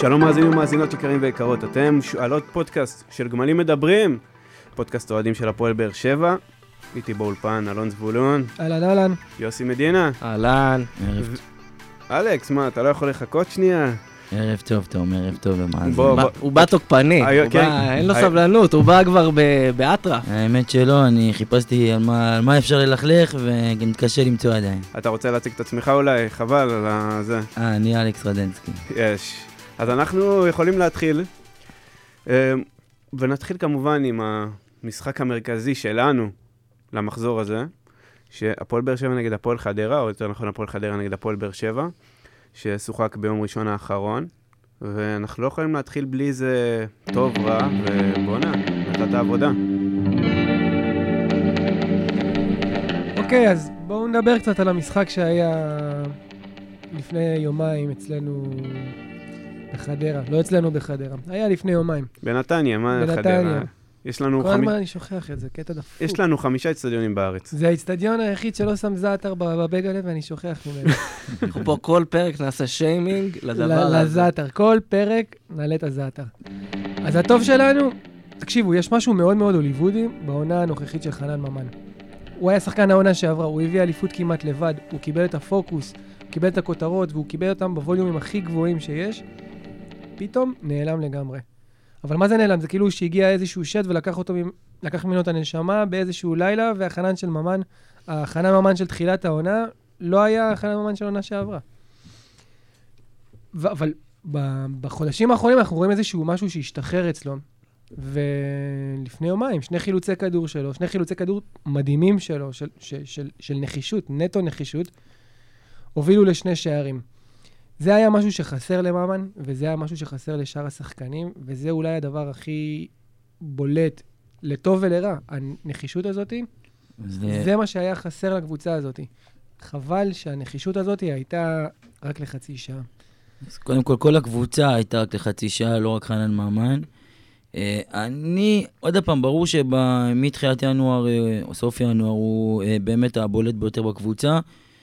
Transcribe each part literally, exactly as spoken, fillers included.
שלום מאזינים ומאזינות יקרים ויקרות, אתם על עוד פודקאסט של גמלים מדברים, פודקאסט אוהדים של הפועל באר שבע, איתי באולפן אלון זבולון, אהלן אהלן, יוסי מדינה, אהלן, ו... אלכס, מה, אתה לא יכול לחכות שנייה? ערב טוב, אתה אומר ערב טוב למאזין. בוא, בוא. הוא בא תוקפני, אין לו סבלנות, הוא בא כבר באטרה. האמת שלא, אני חיפשתי על מה אפשר ללכלך ומתקשה למצוא עדיין. אתה רוצה להציג את עצמך אולי? חבל על זה. אה, אני אלכס רדנסקי. יש. אז אנחנו יכולים להתחיל, ונתחיל כמובן עם המשחק המרכזי שלנו למחזור הזה, שהפועל באר שבע נגד הפועל חדרה, או יותר נכון הפועל חדרה נגד הפועל באר שבע, ששוחק ביום ראשון האחרון, ואנחנו לא יכולים להתחיל בלי זה טוב, רע, ובואנה, נתת העבודה. אוקיי, אז בואו נדבר קצת על המשחק שהיה לפני יומיים אצלנו בחדרה. לא אצלנו בחדרה, היה לפני יומיים. בנתניה, מה חדרה? בנתניה. יש לנו כל חמ... הזמן אני שוכח את זה, קטע דפוק. יש לנו חמישה אצטדיונים בארץ. זה האצטדיון היחיד שלא שם זאטר בבגלה ואני שוכח ממנו. אנחנו פה כל פרק נעשה שיימינג לדבר הזה. לזאטר, כל פרק נעלה את הזאטר. אז הטוב שלנו, תקשיבו, יש משהו מאוד מאוד הוליוודי בעונה הנוכחית של חנן ממן. הוא היה שחקן העונה שעברה, הוא הביא אליפות כמעט לבד, הוא קיבל את הפוקוס, הוא קיבל את הכותרות והוא קיבל אותם בווליומים הכי גבוהים שיש. פתאום נעלם לגמרי. אבל מה זה נעלם? זה כאילו שהגיע איזשהו שד ולקח אותו, לקח ממנו את הנשמה באיזשהו לילה, והחנן של ממן, החנן ממן של תחילת העונה, לא היה החנן ממן של העונה שעברה. ו- אבל בחודשים האחרונים אנחנו רואים איזשהו משהו שהשתחרר אצלו, ולפני יומיים, שני חילוצי כדור שלו, שני חילוצי כדור מדהימים שלו, של, של, של, של נחישות, נטו נחישות, הובילו לשני שערים. זה היה משהו שחסר למאמן, וזה היה משהו שחסר לשאר השחקנים, וזה אולי הדבר הכי בולט, לטוב ולרע. הנחישות הזאת, זה, זה מה שהיה חסר לקבוצה הזאת. חבל שהנחישות הזאת הייתה רק לחצי שעה. אז קודם כל, כל הקבוצה הייתה רק לחצי שעה, לא רק חנן ממן. אני, עוד פעם, ברור שמתחילת ינואר, או סוף ינואר, הוא באמת הבולט ביותר בקבוצה,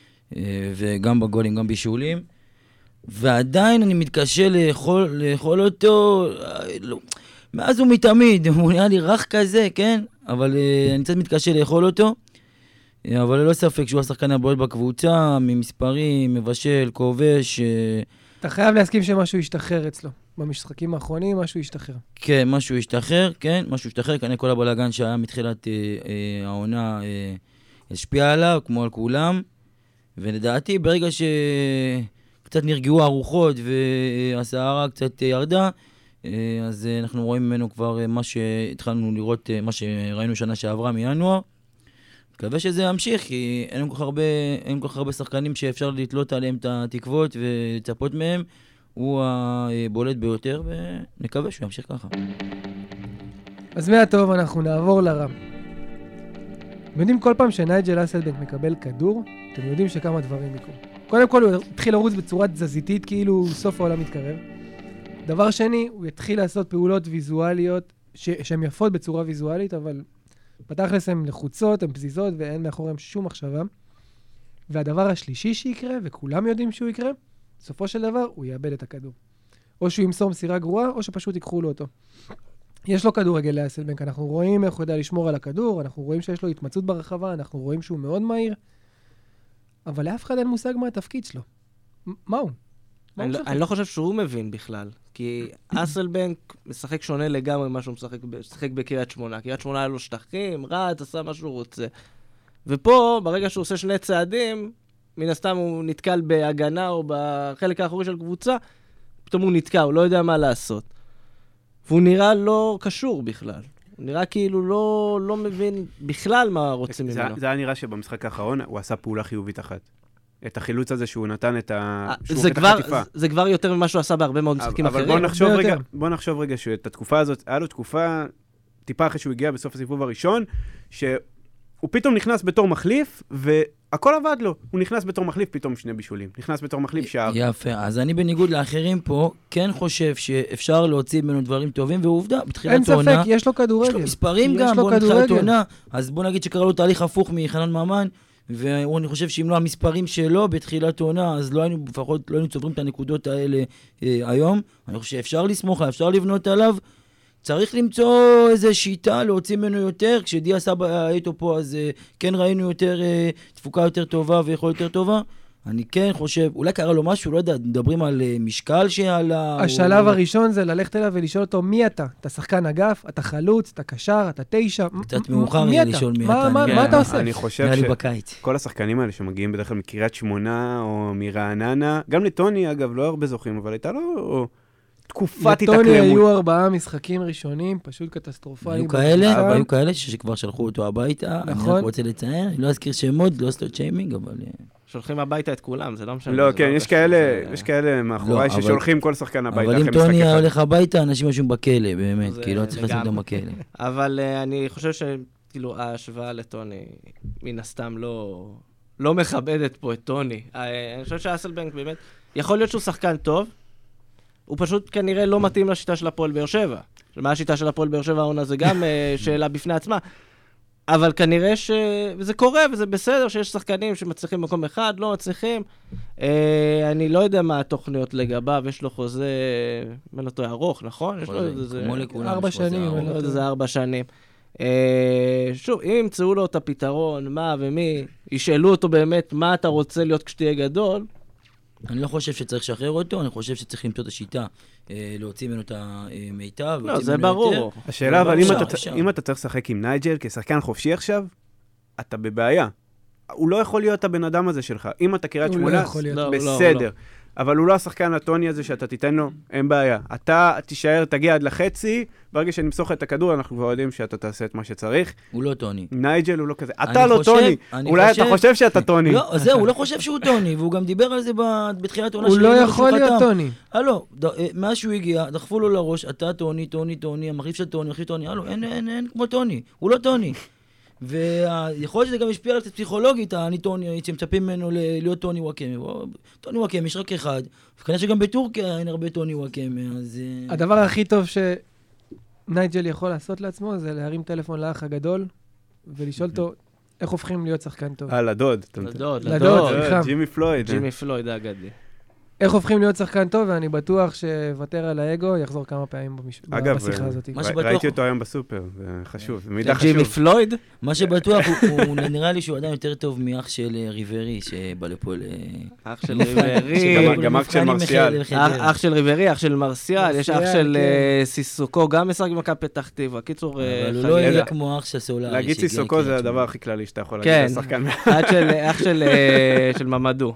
וגם בגולים, גם בישולים. ועדיין אני מתקשה לאכול, לאכול אותו, לא, מאז הוא מתמיד, הוא נראה לי רך כזה, כן? אבל uh, אני קצת מתקשה לאכול אותו, uh, אבל לא ספק שהוא השחקן הבולט בקבוצה, ממספרים, מבשל, כובש. Uh, אתה חייב להסכים שמשהו ישתחרר אצלו, במשחקים האחרונים משהו ישתחרר. כן, משהו ישתחרר, כן, משהו ישתחרר, כנראה כל הבלגן שהיה מתחילת uh, uh, העונה uh, השפיע עליו, כמו על כולם, ולדעתי ברגע ש... קצת נרגעו הרוחות והסערה קצת ירדה, אז אנחנו רואים ממנו כבר מה שהתחלנו לראות, מה שראינו שנה שעברה מינואר. מקווה שזה ימשיך, כי אין כל כך הרבה, אין כל כך הרבה שחקנים שאפשר לתלות עליהם את התקוות ולצפות מהם. הוא הבולט ביותר, ונקווה שהוא ימשיך ככה. אז מהטוב אנחנו נעבור לרע. יודעים כל פעם שנייג'ל אסלבנק מקבל כדור, אתם יודעים שכמה דברים יקרו. קודם כל הוא התחיל לרוץ בצורה תזזיתית, כאילו סוף העולם מתקרב. דבר שני, הוא התחיל לעשות פעולות ויזואליות, שהן יפות בצורה ויזואלית, אבל בתכלס הן לחוצות, הן פזיזות, ואין מאחוריהן שום מחשבה. והדבר השלישי שיקרה, וכולם יודעים שהוא יקרה, בסופו של דבר הוא יאבד את הכדור. או שהוא ימסור מסירה גרועה, או שפשוט ייקחו לו אותו. יש לו כדורגל לאסלבנק, אנחנו רואים איך הוא יודע לשמור על הכדור, אנחנו רואים שיש לו התמצאות ברחבה, אנחנו רואים שהוא מאוד מהיר, אבל לאף אחד אין מושג מה התפקיד שלו. מה הוא? אני לא חושב שהוא מבין בכלל, כי אסלבנק משחק שונה לגמרי ממה שהוא משחק בקריית שמונה. קריית שמונה היה לו שטחים, רץ, עשה מה שהוא רוצה. ופה, ברגע שהוא עושה שני צעדים, מן הסתם הוא נתקל בהגנה או בחלק האחורי של קבוצה, פתאום הוא נתקע, הוא לא יודע מה לעשות. והוא נראה לא קשור בכלל. הוא נראה כאילו לא, לא מבין בכלל מה רוצים ממנו. זה היה נראה שבמשחק האחרון הוא עשה פעולה חיובית אחת. את החילוץ הזה שהוא נתן את החטיפה. זה כבר יותר ממה שהוא עשה בהרבה מאוד משחקים אחרים. אבל בוא נחשוב רגע, בוא נחשוב רגע שאת התקופה הזאת, היה לו תקופה, טיפה אחרי שהוא הגיע בסוף הסיבוב הראשון, שהוא פתאום נכנס בתור מחליף, והכל עבד לו. הוא נכנס בתור מחליף, פתאום שני בישולים. נכנס בתור מחליף שער. יפה, אז אני בניגוד לאחרים פה, כן חושב שאפשר להוציא ממנו דברים טובים, ועובדה, בתחילת העונה... אין ספק, יש לו כדורגל. יש לו מספרים גם, בוא נתחילת העונה. אז בוא נגיד שקרא לו תהליך הפוך מחנן ממן, ואני חושב שאם לא המספרים שלו בתחילת עונה, אז לא היינו, לפחות לא היינו צוברים את הנקודות האלה אה, היום. אני חושב שאפשר לסמוך, אפשר לבנות עליו. צריך למצוא איזו שיטה, להוציא ממנו יותר. כשדיה סבא היה איתו פה, אז אה, כן ראינו יותר, אה, תפוקה יותר טובה ויכול יותר טובה. אני כן חושב, אולי קרה לו משהו, לא יודע, מדברים על uh, משקל שעלה. השלב או... הראשון זה ללכת אליו ולשאול אותו מי אתה. אתה שחקן אגף, אתה חלוץ, אתה קשר, אתה תשע. קצת מאוחר יהיה לשאול מי מה, אתה. מה, כן. מה אתה עושה? אני חושב שכל השחקנים האלה שמגיעים בדרך כלל מקריית שמונה או מרעננה, גם לטוני אגב, לא הרבה זוכים, אבל הייתה לו תקופת התאקלמות. לטוני היו ארבעה משחקים ראשונים, פשוט קטסטרופליים. היו כאלה, היו כאלה שכבר שלחו אותו הביתה. נכון. אני רק רוצה לציין, אני לא אזכיר שמות, לא עושה צ'יימינג, אבל... שולחים הביתה את כולם, זה לא משנה. לא, כן, יש כאלה, יש כאלה מאחוריי ששולחים כל שחקן הביתה. אבל אם טוני היה הולך הביתה, אנשים יושבים בכלא, באמת, כי לא צריך לשים אותם בכלא. אבל אני חושב שכאילו, ההשוואה לטוני, מן הסתם לא מכבדת פה את טוני. אני חושב שאסלבנק באמת, יכול להיות שהוא שחקן טוב, הוא פשוט כנראה לא מתאים לשיטה של הפועל באר שבע. מה השיטה של הפועל באר שבע העונה זה גם שאלה בפני עצמה. אבל כנראה ש... וזה קורה, וזה בסדר שיש שחקנים שמצליחים במקום אחד, לא מצליחים. אה, אני לא יודע מה התוכניות לגביו, יש לו חוזה, מה לא טועה, ארוך, נכון? יש לו איזה... כמו לכולם. ארבע שנים. זה ארבע שנים. אה, שוב, אם ימצאו לו את הפתרון, מה ומי, ישאלו אותו באמת מה אתה רוצה להיות כשתהיה גדול, אני לא חושב שצריך לשחרר אותו, אני חושב שצריך למצוא את השיטה, להוציא ממנו את המיטב. לא, זה ברור. השאלה, אבל אם אתה צריך לשחק עם נייג'ל כשחקן חופשי עכשיו, אתה בבעיה. הוא לא יכול להיות הבן אדם הזה שלך. אם אתה קריית שמונה, בסדר. אבל הוא לא השחקן הטוני הזה שאתה תיתן לו, אין בעיה. אתה תישאר, תגיע עד לחצי, ברגע שנמסוך את הכדור, אנחנו כבר יודעים שאתה תעשה את מה שצריך. הוא לא טוני. נייג'ל הוא לא כזה. אתה לא טוני. אולי אתה חושב שאתה טוני. לא, זהו, הוא לא חושב שהוא טוני, והוא גם דיבר על זה בתחילת עונה. הוא לא יכול להיות טוני. הלו, מאז שהוא הגיע, דחפו לו לראש, אתה טוני, טוני, טוני, המחליף של טוני, המחליף טוני, הלו, אין כמו טוני. הוא לא טוני. ויכול להיות שזה גם השפיע על פסיכולוגית, אני טוני, שמצפים ממנו להיות טוני וואקמי. טוני וואקמי, יש רק אחד. וכנראה שגם בטורקיה אין הרבה טוני וואקמי, אז... הדבר הכי טוב שנייג'ל יכול לעשות לעצמו, זה להרים טלפון לאח הגדול, ולשאול אותו איך הופכים להיות שחקן טוב. אה, לדוד. לדוד, לדוד, סליחה. ג'ימי פלויד. ג'ימי פלויד האגדי. איך הופכים להיות שחקן טוב, ואני בטוח שוותר על האגו, יחזור כמה פעמים בשיחה הזאת. אגב, ראיתי אותו היום בסופר, זה חשוב, זה מידע חשוב. ג'ימי פלויד? מה שבטוח, הוא נראה לי שהוא עדיין יותר טוב מאח של ריברי, שבא לפה ל... אח של ריברי. גם אח של מרסיאל. אח של ריברי, אח של מרסיאל, יש אח של סיסוקו, גם משחק במכבי פתח תקווה. קיצור, אבל הוא לא יהיה כמו אח של סולארי. להגיד סיסוקו זה הדבר הכי כללי שאתה יכול להגיד לשחקן. אח של ממדו.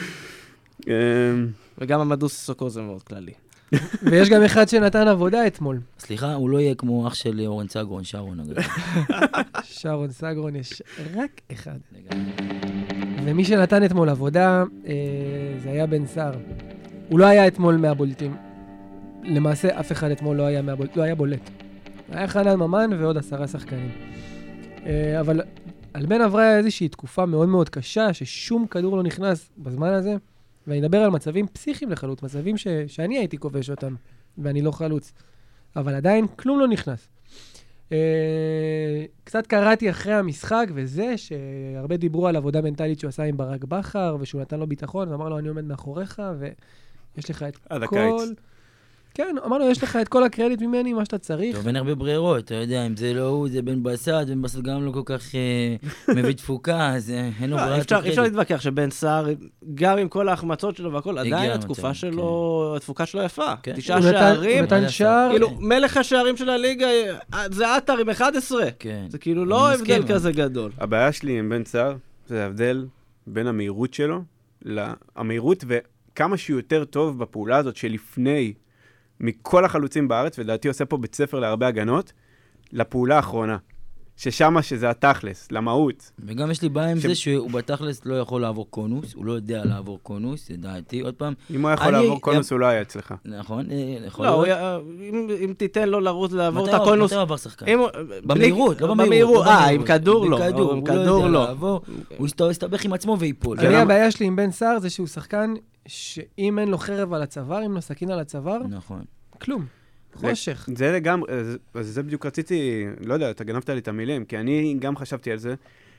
וגם המדו סיסוקו זה מאוד כללי. ויש גם אחד שנתן עבודה אתמול. סליחה, הוא לא יהיה כמו אח של אורן סגרון, שרון. שרון סגרון יש רק אחד. ומי שנתן אתמול עבודה, זה היה בן סער. הוא לא היה אתמול מהבולטים. למעשה, אף אחד אתמול לא היה מהבולט, לא היה בולט. היה חנן ממן ועוד עשרה שחקנים. אבל על בן עברה איזושהי תקופה מאוד מאוד קשה, ששום כדור לא נכנס בזמן הזה. ואני אדבר על מצבים פסיכיים לחלוץ, מצבים ש... שאני הייתי כובש אותם, ואני לא חלוץ. אבל עדיין כלום לא נכנס. אה... קצת קראתי אחרי המשחק, וזה שהרבה דיברו על עבודה מנטלית שהוא עשה עם ברק בכר, ושהוא נתן לו ביטחון, ואמר לו, אני עומד מאחוריך, ויש לך את עד כל... הקיץ. כן, אמר לו, יש לך את כל הקרדיט ממני, מה שאתה צריך. טוב, אין הרבה ברירות, אתה יודע, אם זה לא הוא, זה בן בסד, בן בסד גם לא כל כך מביא תפוקה, אז אין לו ברירת אחרת. אפשר להתווכח שבן סער, גם עם כל ההחמצות שלו והכל, עדיין התקופה שלו, התפוקה שלו יפה. תשעה שערים, הוא נתן שער. כאילו, מלך השערים של הליגה, זה עטר עם אחד עשרה. זה כאילו לא הבדל כזה גדול. הבעיה שלי עם בן סער, זה ההבדל בין המהירות שלו, המהירות וכמה שהוא יותר טוב בפעולה הזאת שלפני מכל החלוצים בארץ, ודעתי עושה פה בית ספר להרבה הגנות, לפעולה האחרונה. ששמה שזה התכלס, למהות. וגם יש לי בעיה עם ש... זה שהוא בתכלס לא יכול לעבור קונוס, הוא לא יודע לעבור קונוס, זה דעתי, עוד פעם. אם הוא יכול אני... לעבור קונוס, הוא לא היה אצלך. נכון, יכול לא, להיות. אם, אם תיתן לו לרוץ לעבור את הקונוס... מתי הוא עבר שחקן? אם... במהירות, לא במהירות. במהירות, אה, עם כדור לא. בכדור, עם כדור לא. לעבור, הוא הסתבך עם עצמו ויפול. אני הבעיה שלי עם בן סער זה שהוא שחקן שאם אין לו חרב על הצוואר, אם לו סכין על הצוואר, נכון. כלום. חושך. זה לגמרי, זה בדיוק רציתי, לא יודע, אתה גנבת לי את המילים, כי אני גם חשבתי על זה,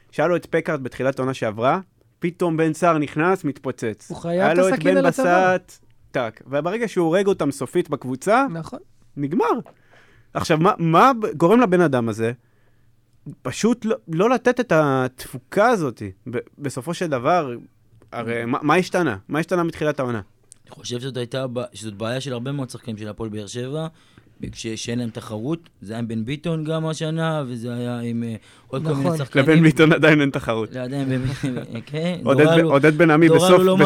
שאלו את פקארט בתחילת העונה שעברה, פתאום בן סער נכנס, מתפוצץ. הוא חייב את הסכין על הצבא. טק, וברגע שהוא הורג אותם סופית בקבוצה, נכון. נגמר. עכשיו, מה, מה גורם לבן אדם הזה? פשוט לא, לא לתת את התפוקה הזאת. ב- בסופו של דבר, הרי מה, מה השתנה? מה השתנה מתחילת העונה? אני חושב שזאת הייתה, שזאת בעיה של הרבה מאוד שחקנים של הפועל באר שבע, שאין להם תחרות. זה היה עם בן ביטון גם השנה, וזה היה עם עוד כל מיני שחקנים. לבן ביטון עדיין אין תחרות. עדיין בן ביטון, כן. עודד בן עמי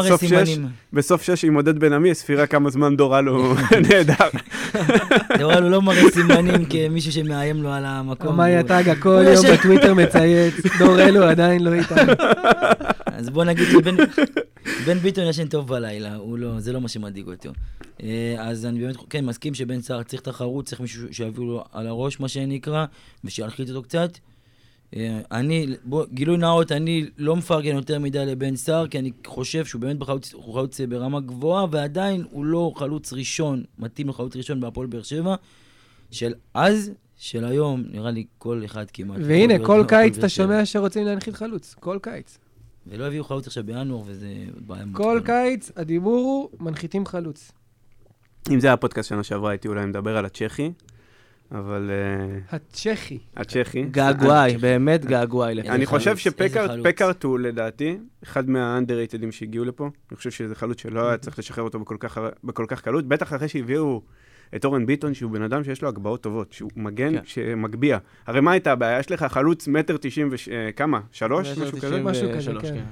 בסוף שש עם עודד בן עמי, הספירה כמה זמן דורלו נהדר. דורלו לא מראה סימנים כמישהו שמאיים לו על המקום. מאי הטאגה כל יום בטוויטר מצייץ, דורלו עדיין לא איתנו. אז בוא נגיד שבן ביטון ישן טוב בלילה, זה לא מה שמדאיג אותו. אז אני באמת, כן, מסכים שבן סער צריך תחרות, צריך מישהו שיביאו לו על הראש, מה שנקרא, ושיחליט אותו קצת. אני, בוא, גילוי נאות, אני לא מפרגן יותר מדי לבן סער, כי אני חושב שהוא באמת בחלוץ, הוא חלוץ ברמה גבוהה, ועדיין הוא לא חלוץ ראשון, מתאים לחלוץ ראשון בהפועל באר שבע, של אז, של היום, נראה לי כל אחד כמעט. והנה, כל קיץ אתה שומע שרוצים להנחית חלוץ, כל קיץ. ולא הביאו חלוץ עכשיו בינואר, וזה בעיה מאוד. כל קיץ, הדיבור הוא, מנחיתים חלוץ. אם זה הפודקאסט שנה שעברה, הייתי אולי מדבר על הצ'כי, אבל... הצ'כי. הצ'כי. געגועי, באמת געגועי. אני חושב שפקארט הוא לדעתי אחד מהאנדררייטדים שהגיעו לפה. אני חושב שזה חלוץ שלא היה צריך לשחרר אותו בכל כך קלות. בטח אחרי שהביאו את אורן ביטון, שהוא בן אדם שיש לו הגבהות טובות, שהוא מגן שמגביע. הרי מה הייתה הבעיה? יש לך חלוץ מטר תשעים וכמה? שלוש? משהו כזה? משהו כזה, כן.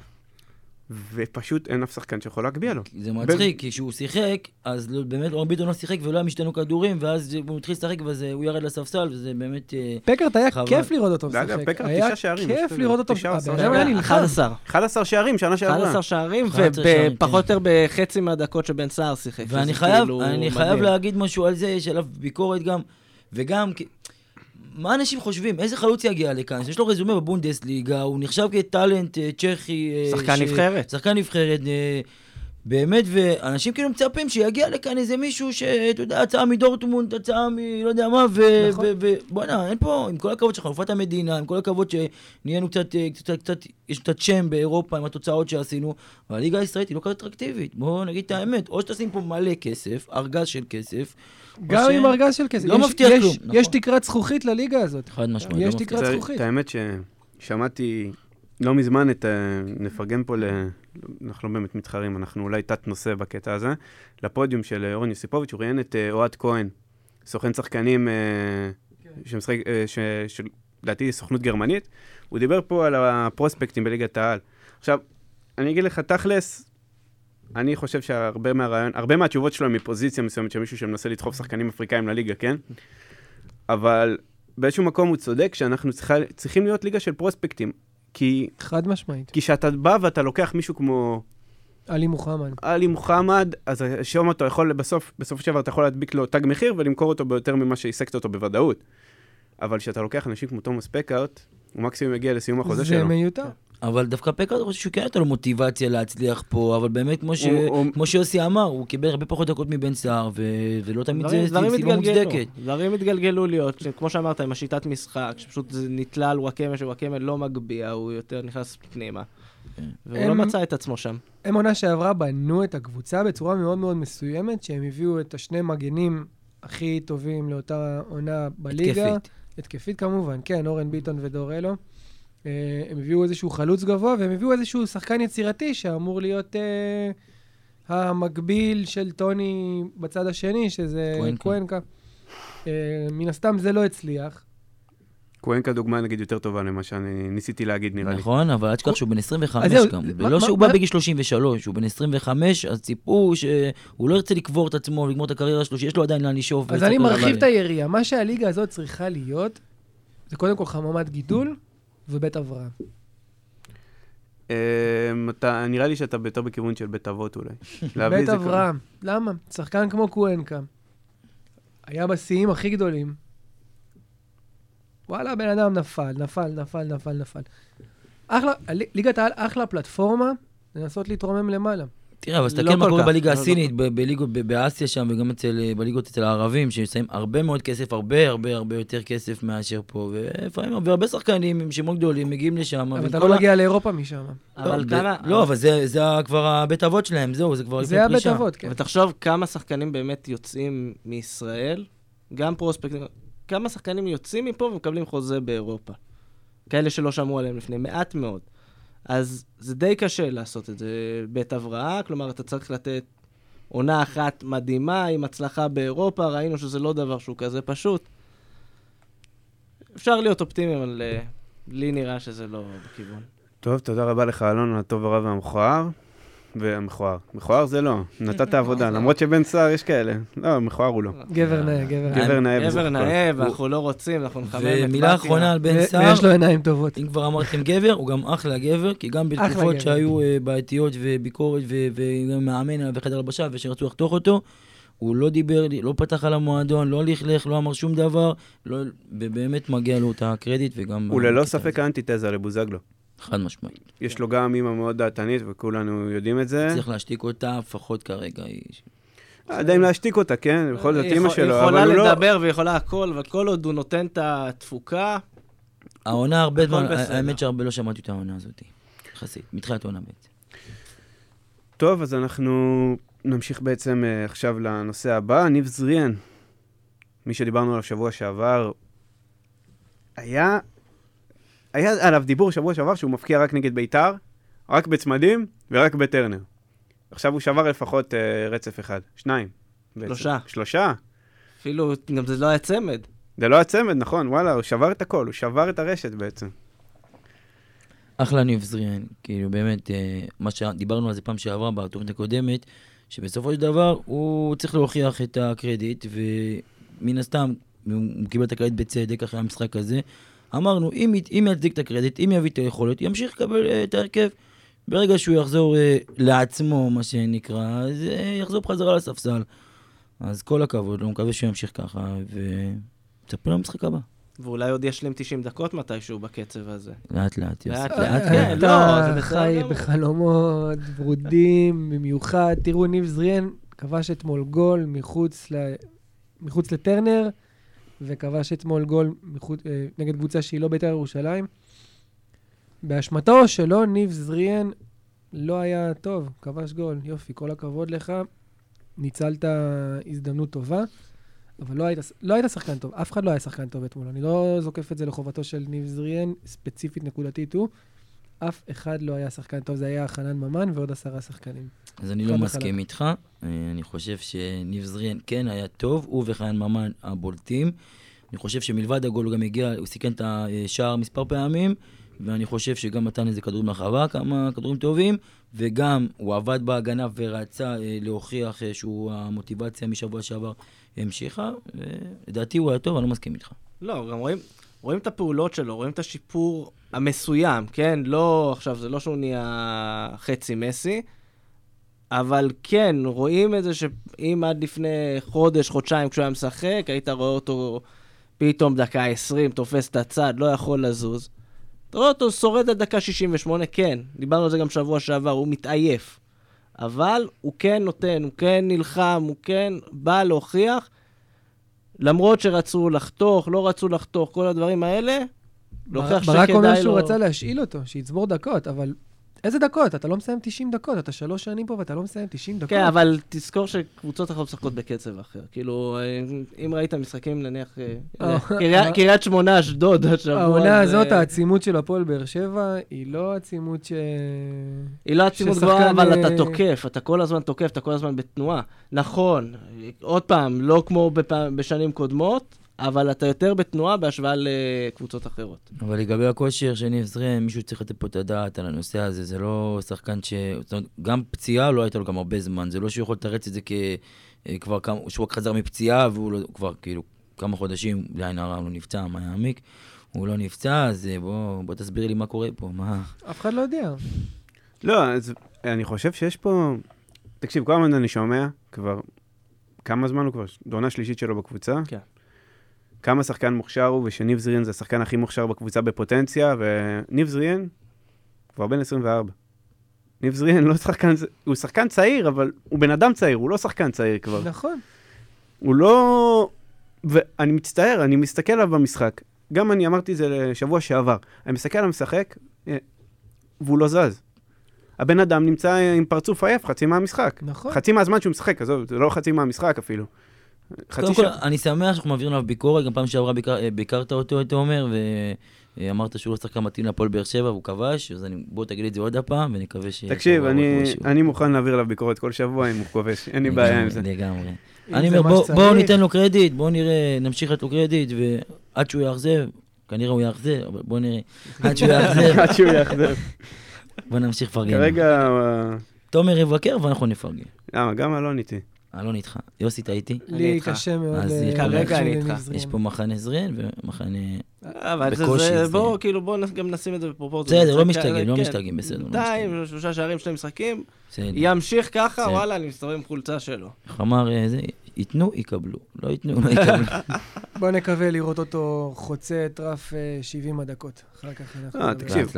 ופשוט אין אף שחקן שיכול להגביע לו. זה מצחיק, כי כשהוא שיחק, אז באמת אורן ביטון לא שיחק ולא היה משתנו כדורים, ואז הוא מתחיל לשחק והוא ירד לספסל, וזה באמת פקארט היה כיף לראות אותו משחק. פקארט תשעה שערים. היה כיף לראות אותו. אחד עשר. אחד עשר שערים, שנה שעברה. אחד עשר שערים, ופחות או יותר בחצי מהדקות שבן סער שיחק. ואני חייב להגיד משהו על זה, יש עליו ביקורת גם, וגם... מה אנשים חושבים? איזה חלוץ יגיע לכאן? יש לו רזומה בבונדסליגה, הוא נחשב כטלנט צ'כי... שחקן נבחרת. שחקן נבחרת, באמת, ואנשים כאילו מצפים שיגיע לכאן איזה מישהו שאתה יודע, הצעה מדורטמונד, הצעה מ... לא יודע מה, ובוא'נה, אין פה, עם כל הכבוד של חלופת המדינה, עם כל הכבוד שנהיינו קצת, קצת, יש קצת שם באירופה עם התוצאות שעשינו, אבל הליגה הישראלית היא לא כזאת אטרקטיבית. בואו נגיד את האמת, או שתשים פה מלא כסף, ארגז של כסף, גם עם ארגז של כסף. לא מבטיח כלום. יש תקרת זכוכית לליגה הזאת. חד משמעית. יש תקרת זכוכית. האמת ששמעתי לא מזמן את... נפרגן פה ל... אנחנו לא באמת מתחרים, אנחנו אולי תת נושא בקטע הזה, לפודיום של אורן יוסיפוביץ', הוא ראיין את אוהד כהן, סוכן שחקנים שמשחק, שלדעתי סוכנות גרמנית, הוא דיבר פה על הפרוספקטים בליגת העל. עכשיו, אני אגיד לך תכלס, אני חושב שהרבה מהרעיון, הרבה מהתשובות שלו הם מפוזיציה מסוימת של מישהו שמנסה לדחוף שחקנים אפריקאים לליגה, כן? אבל באיזשהו מקום הוא צודק שאנחנו צריכה, צריכים להיות ליגה של פרוספקטים. כי... חד משמעית. כי שאתה בא ואתה לוקח מישהו כמו... עלי מוחמד. עלי מוחמד, אז שם אותו יכול, בסוף, בסוף שעבר אתה יכול להדביק לו תג מחיר ולמכור אותו ביותר ממה שהעסקת אותו בוודאות. אבל שאתה לוקח אנשים כמו תומאס פקארט, הוא מקסימום יגיע לסיום החוזה שלו. זה מיותר. אבל דווקא פקארט, אני חושב שהוא כן הייתה לו מוטיבציה להצליח פה, אבל באמת, כמו שיוסי אמר, הוא קיבל הרבה פחות דקות מבן סער, ולא תמיד זה סיבה מוצדקת. דברים התגלגלו להיות, כמו שאמרת, עם השיטת משחק, שפשוט זה נתלה על וואקמה, שוואקמה לא מגביע, הוא יותר נכנס פנימה. והוא לא מצא את עצמו שם. הם עונה שעברה בנו את הקבוצה בצורה מאוד מאוד מסוימת, שהם הביאו את השני מגנים הכי טובים לאותה עונה בליגה. התקפית. התקפית כמובן, כן, אורן ביטון ודורלו. הם הביאו איזשהו חלוץ גבוה, והם הביאו איזשהו שחקן יצירתי שאמור להיות אה, המקביל של טוני בצד השני, שזה קוונקה. קוונקה. אה, מן הסתם זה לא הצליח. קוונקה דוגמה נגיד יותר טובה למה שאני ניסיתי להגיד נראה לי. נכון, אבל עד כך שהוא בן עשרים וחמש גם. לא שהוא בא בגיל שלושים ושלוש, הוא בן עשרים וחמש, אז ציפו שהוא לא ירצה לקבור את עצמו, לגמור את הקריירה שלו, שיש לו עדיין לאן לשאוף. אז אני מרחיב את היריעה. מה שהליגה הזאת צריכה להיות, זה קודם כל חממת גידול, ובית אברהם. נראה לי שאתה יותר בכיוון של בית אבות אולי. בית אברהם. למה? שחקן כמו קוונקה. היה בשיאים הכי גדולים. וואלה, בן אדם נפל, נפל, נפל, נפל, נפל. אחלה, ליגת העל, אחלה פלטפורמה, לנסות להתרומם למעלה. תראה, אבל תסתכל מה קורה בליגה הסינית, באסיה שם, וגם בליגות אצל הערבים, ששמים הרבה מאוד כסף, הרבה הרבה הרבה יותר כסף מאשר פה, ולפעמים, והרבה שחקנים עם שמות גדולים מגיעים לשם. אבל אתה לא מגיע לאירופה משם. לא, אבל זה כבר הבית אבות שלהם, זהו, זה כבר... זה הבית אבות, כן. ותחשוב כמה שחקנים באמת יוצאים מישראל, גם פרוספקטים, כמה שחקנים יוצאים מפה ומקבלים חוזה באירופה. כאלה שלא שמעו עליהם לפני, מעט מאוד. אז זה די קשה לעשות את זה בית הבראה, כלומר, אתה צריך לתת עונה אחת מדהימה עם הצלחה באירופה, ראינו שזה לא דבר שהוא כזה פשוט. אפשר להיות אופטימיים, אבל לי נראה שזה לא בכיוון. טוב, תודה רבה לך, אלון, על הטוב הרב והמכוער. והמכוער. מכוער זה לא, נתת עבודה, למרות שבן סער יש כאלה. לא, מכוער הוא לא. גבר נאה, גבר נאה. גבר נאה. גבר נאה, ואנחנו לא רוצים, אנחנו נחמם את בתיה. ומילה אחרונה על בן סער. ויש לו עיניים טובות. אם כבר אמרתם גבר, הוא גם אחלה גבר, כי גם בתקופות שהיו בעייתיות וביקורת וגם מאמן בחדר הלבשה ושרצו לחתוך אותו, הוא לא דיבר, לא פתח על המועדון, לא לכלך, לא אמר שום דבר, ובאמת מגיע לו את הקרדיט וגם... הוא ללא ספק האנטיתזה לבוזגלו. חד משמעית. יש לו גם אימא מאוד דעתנית, וכולנו יודעים את זה. צריך להשתיק אותה, לפחות כרגע. עדיין להשתיק אותה, כן? בכל זאת אימא שלו. היא יכולה לדבר ויכולה הכל, וכל עוד הוא נותן את התפוקה. העונה הרבה, האמת שהרבה לא שמעתי את העונה הזאת. יחסית, מתחילת העונה בעצם. טוב, אז אנחנו נמשיך בעצם עכשיו לנושא הבא. ניב זריאן, מי שדיברנו עליו שבוע שעבר, היה... היה עליו דיבור שבוע שעבר שהוא מפקיע רק נגד ביתר, רק בצמדים ורק בטרנר. עכשיו הוא שבר לפחות אה, רצף אחד, שניים. שלושה. בעצם. שלושה. אפילו, גם זה לא היה צמד. זה לא היה צמד, נכון, וואלה, הוא שבר את הכל, הוא שבר את הרשת בעצם. אחלה ניב זריאן, כאילו באמת, אה, מה שדיברנו על זה פעם שעברה בתוכנית הקודמת, שבסופו של דבר הוא צריך להוכיח את הקרדיט, ומן הסתם הוא קיבל את הקרדיט בצדק אחרי המשחק הזה, אמרנו, אם, אם יצדיק את הקרדיט, אם יביא את היכולת, ימשיך לקבל uh, את ההרכב. ברגע שהוא יחזור uh, לעצמו, מה שנקרא, אז uh, יחזור בחזרה לספסל. אז כל הכבוד, אני מקווה שהוא ימשיך ככה, וצפו למשחק הבא. ואולי עוד ישלים תשעים דקות מתישהו בקצב הזה. לאט לאט, יוסי. לאט לאט, כן. אתה חי בחלומות ורודים, במיוחד. תראו, ניב זריאן כבש אתמול גול מחוץ לטרנר, וכבש אתמול גול מחוץ, אה, נגד קבוצה שהיא לא בית"ר ירושלים. באשמתו שלו, ניב זריאן לא היה טוב, כבש גול. יופי, כל הכבוד לך. ניצלת הזדמנות טובה, אבל לא היית, לא היית שחקן טוב. אף אחד לא היה שחקן טוב אתמול. אני לא זוקף את זה לחובתו של ניב זריאן, ספציפית נקודתית הוא. אף אחד לא היה שחקן טוב, זה היה חנן ממן ועוד עשרה שחקנים. אז אני לא מסכים איתך. אני חושב שניב זריאן כן היה טוב, הוא וחנן ממן הבולטים. אני חושב שמלבד הגול הוא גם הגיע, הוא סיכן את השער מספר פעמים, ואני חושב שגם נתן איזה כדורים לחווה, כמה כדורים טובים, וגם הוא עבד בהגנה ורצה להוכיח שהוא המוטיבציה משבוע שעבר המשיכה, ולדעתי הוא היה טוב, אני לא מסכים איתך. לא, גם רואים, רואים את הפעולות שלו, רואים את השיפור המסוים, כן? לא, עכשיו זה לא שהוא נהיה חצי מסי, אבל כן, רואים את זה שאם עד לפני חודש, חודשיים כשהוא היה משחק, היית רואה אותו פתאום דקה עשרים, תופס את הצד, לא יכול לזוז. אתה רואה אותו שורד עד דקה שישים ושמונה, כן, דיברנו על זה גם שבוע שעבר, הוא מתעייף. אבל הוא כן נותן, הוא כן נלחם, הוא כן בא להוכיח, למרות שרצו לחתוך, לא רצו לחתוך, כל הדברים האלה, להוכיח שכדאי לו... ברק אומר שהוא רצה להשאיל אותו, שיצבור דקות, אבל איזה דקות? אתה לא מסיים תשעים דקות, אתה שלוש שנים פה ואתה לא מסיים תשעים דקות. כן, אבל תזכור שקבוצות אחרות משחקות בקצב אחר. כאילו, אם ראית משחקים, נניח, קריית שמונה, אשדוד, השבוע... העונה הזאת, העצימות של הפועל באר שבע, היא לא העצימות ש... היא לא העצימות גבוהה, אבל אתה תוקף, אתה כל הזמן תוקף, אתה כל הזמן בתנועה. נכון, עוד פעם, לא כמו בשנים קודמות, אבל אתה יותר בתנועה בהשוואה לקבוצות אחרות. אבל לגבי הכושר של ניב זריאן, מישהו צריך לתת פה את הדעת על הנושא הזה, זה לא שחקן ש... גם פציעה לא הייתה לו גם הרבה זמן, זה לא שהוא יכול לתרץ את זה כבר כמה... שהוא רק חזר מפציעה, והוא לא... כבר כאילו כמה חודשים, לעין הרע לא נפצע, מה יעמיק, הוא לא נפצע, אז בוא, בוא תסביר לי מה קורה פה, מה... אף אחד לא יודע. לא, אז אני חושב שיש פה... תקשיב, כל הזמן אני שומע, כבר... כמה זמן הוא כבר? דעונה שלישית שלו בקבוצה? כן. כמה שחקן מוכשר הוא, ושניב זריאן זה השחקן הכי מוכשר בקבוצה בפוטנציה, וניב זריאן כבר בן עשרים וארבע. ניב זריאן לא שחקן, הוא שחקן צעיר, אבל הוא בן אדם צעיר, הוא לא שחקן צעיר כבר. נכון. הוא לא... ואני מצטער, אני מסתכל עליו במשחק. גם אני אמרתי זה לשבוע שעבר. אני מסתכל עליו משחק, והוא לא זז. הבן אדם נמצא עם פרצוף עייף, חצי מהמשחק. נכון. חצי מהזמן שהוא משחק, עזוב, זה לא חצי מהמשחק אפילו. קודם כל, אני שמח שאנחנו מעבירים עליו ביקורת, גם פעם שעברה ביקרת אותו, אתה אומר, ואמרת שהוא לא שחקן מתאים להפועל באר שבע, והוא כבש, אז בוא תגיד את זה עוד הפעם, ונקווה ש... תקשיב, אני מוכן להעביר עליו ביקורת כל שבוע אם הוא כובש, אין לי בעיה עם זה. לגמרי. אני אומר, בואו ניתן לו קרדיט, בואו נראה, נמשיך את לו קרדיט, ועד שהוא יאכזב, כנראה הוא יאכזב, אבל בואו נראה, עד שהוא יאכזב. עד שהוא יאכזב. בואו נמשיך לפרגן. כרגע... תומר יבקר ואנחנו נפרגן. למה, גם אלון איתי. אלון איתך. יוסי, אתה איתי? לי קשה מאוד. כרגע אני איתך. יש פה מחנה זריאן ומחנה... אבל זה, בואו, כאילו, בואו גם נשים את זה בפרופורציה. בסדר, לא משתגעים, לא משתגעים, בסדר. די, שלושה שערים, שני משחקים. ימשיך ככה, וואלה, אני מסתובב עם חולצה שלו. איך אמר זה, ייתנו, יקבלו. לא ייתנו, לא יקבלו. בואו נקווה לראות אותו חוצה את רף שבעים הדקות. אחר כך אנחנו... אה, תקשיב.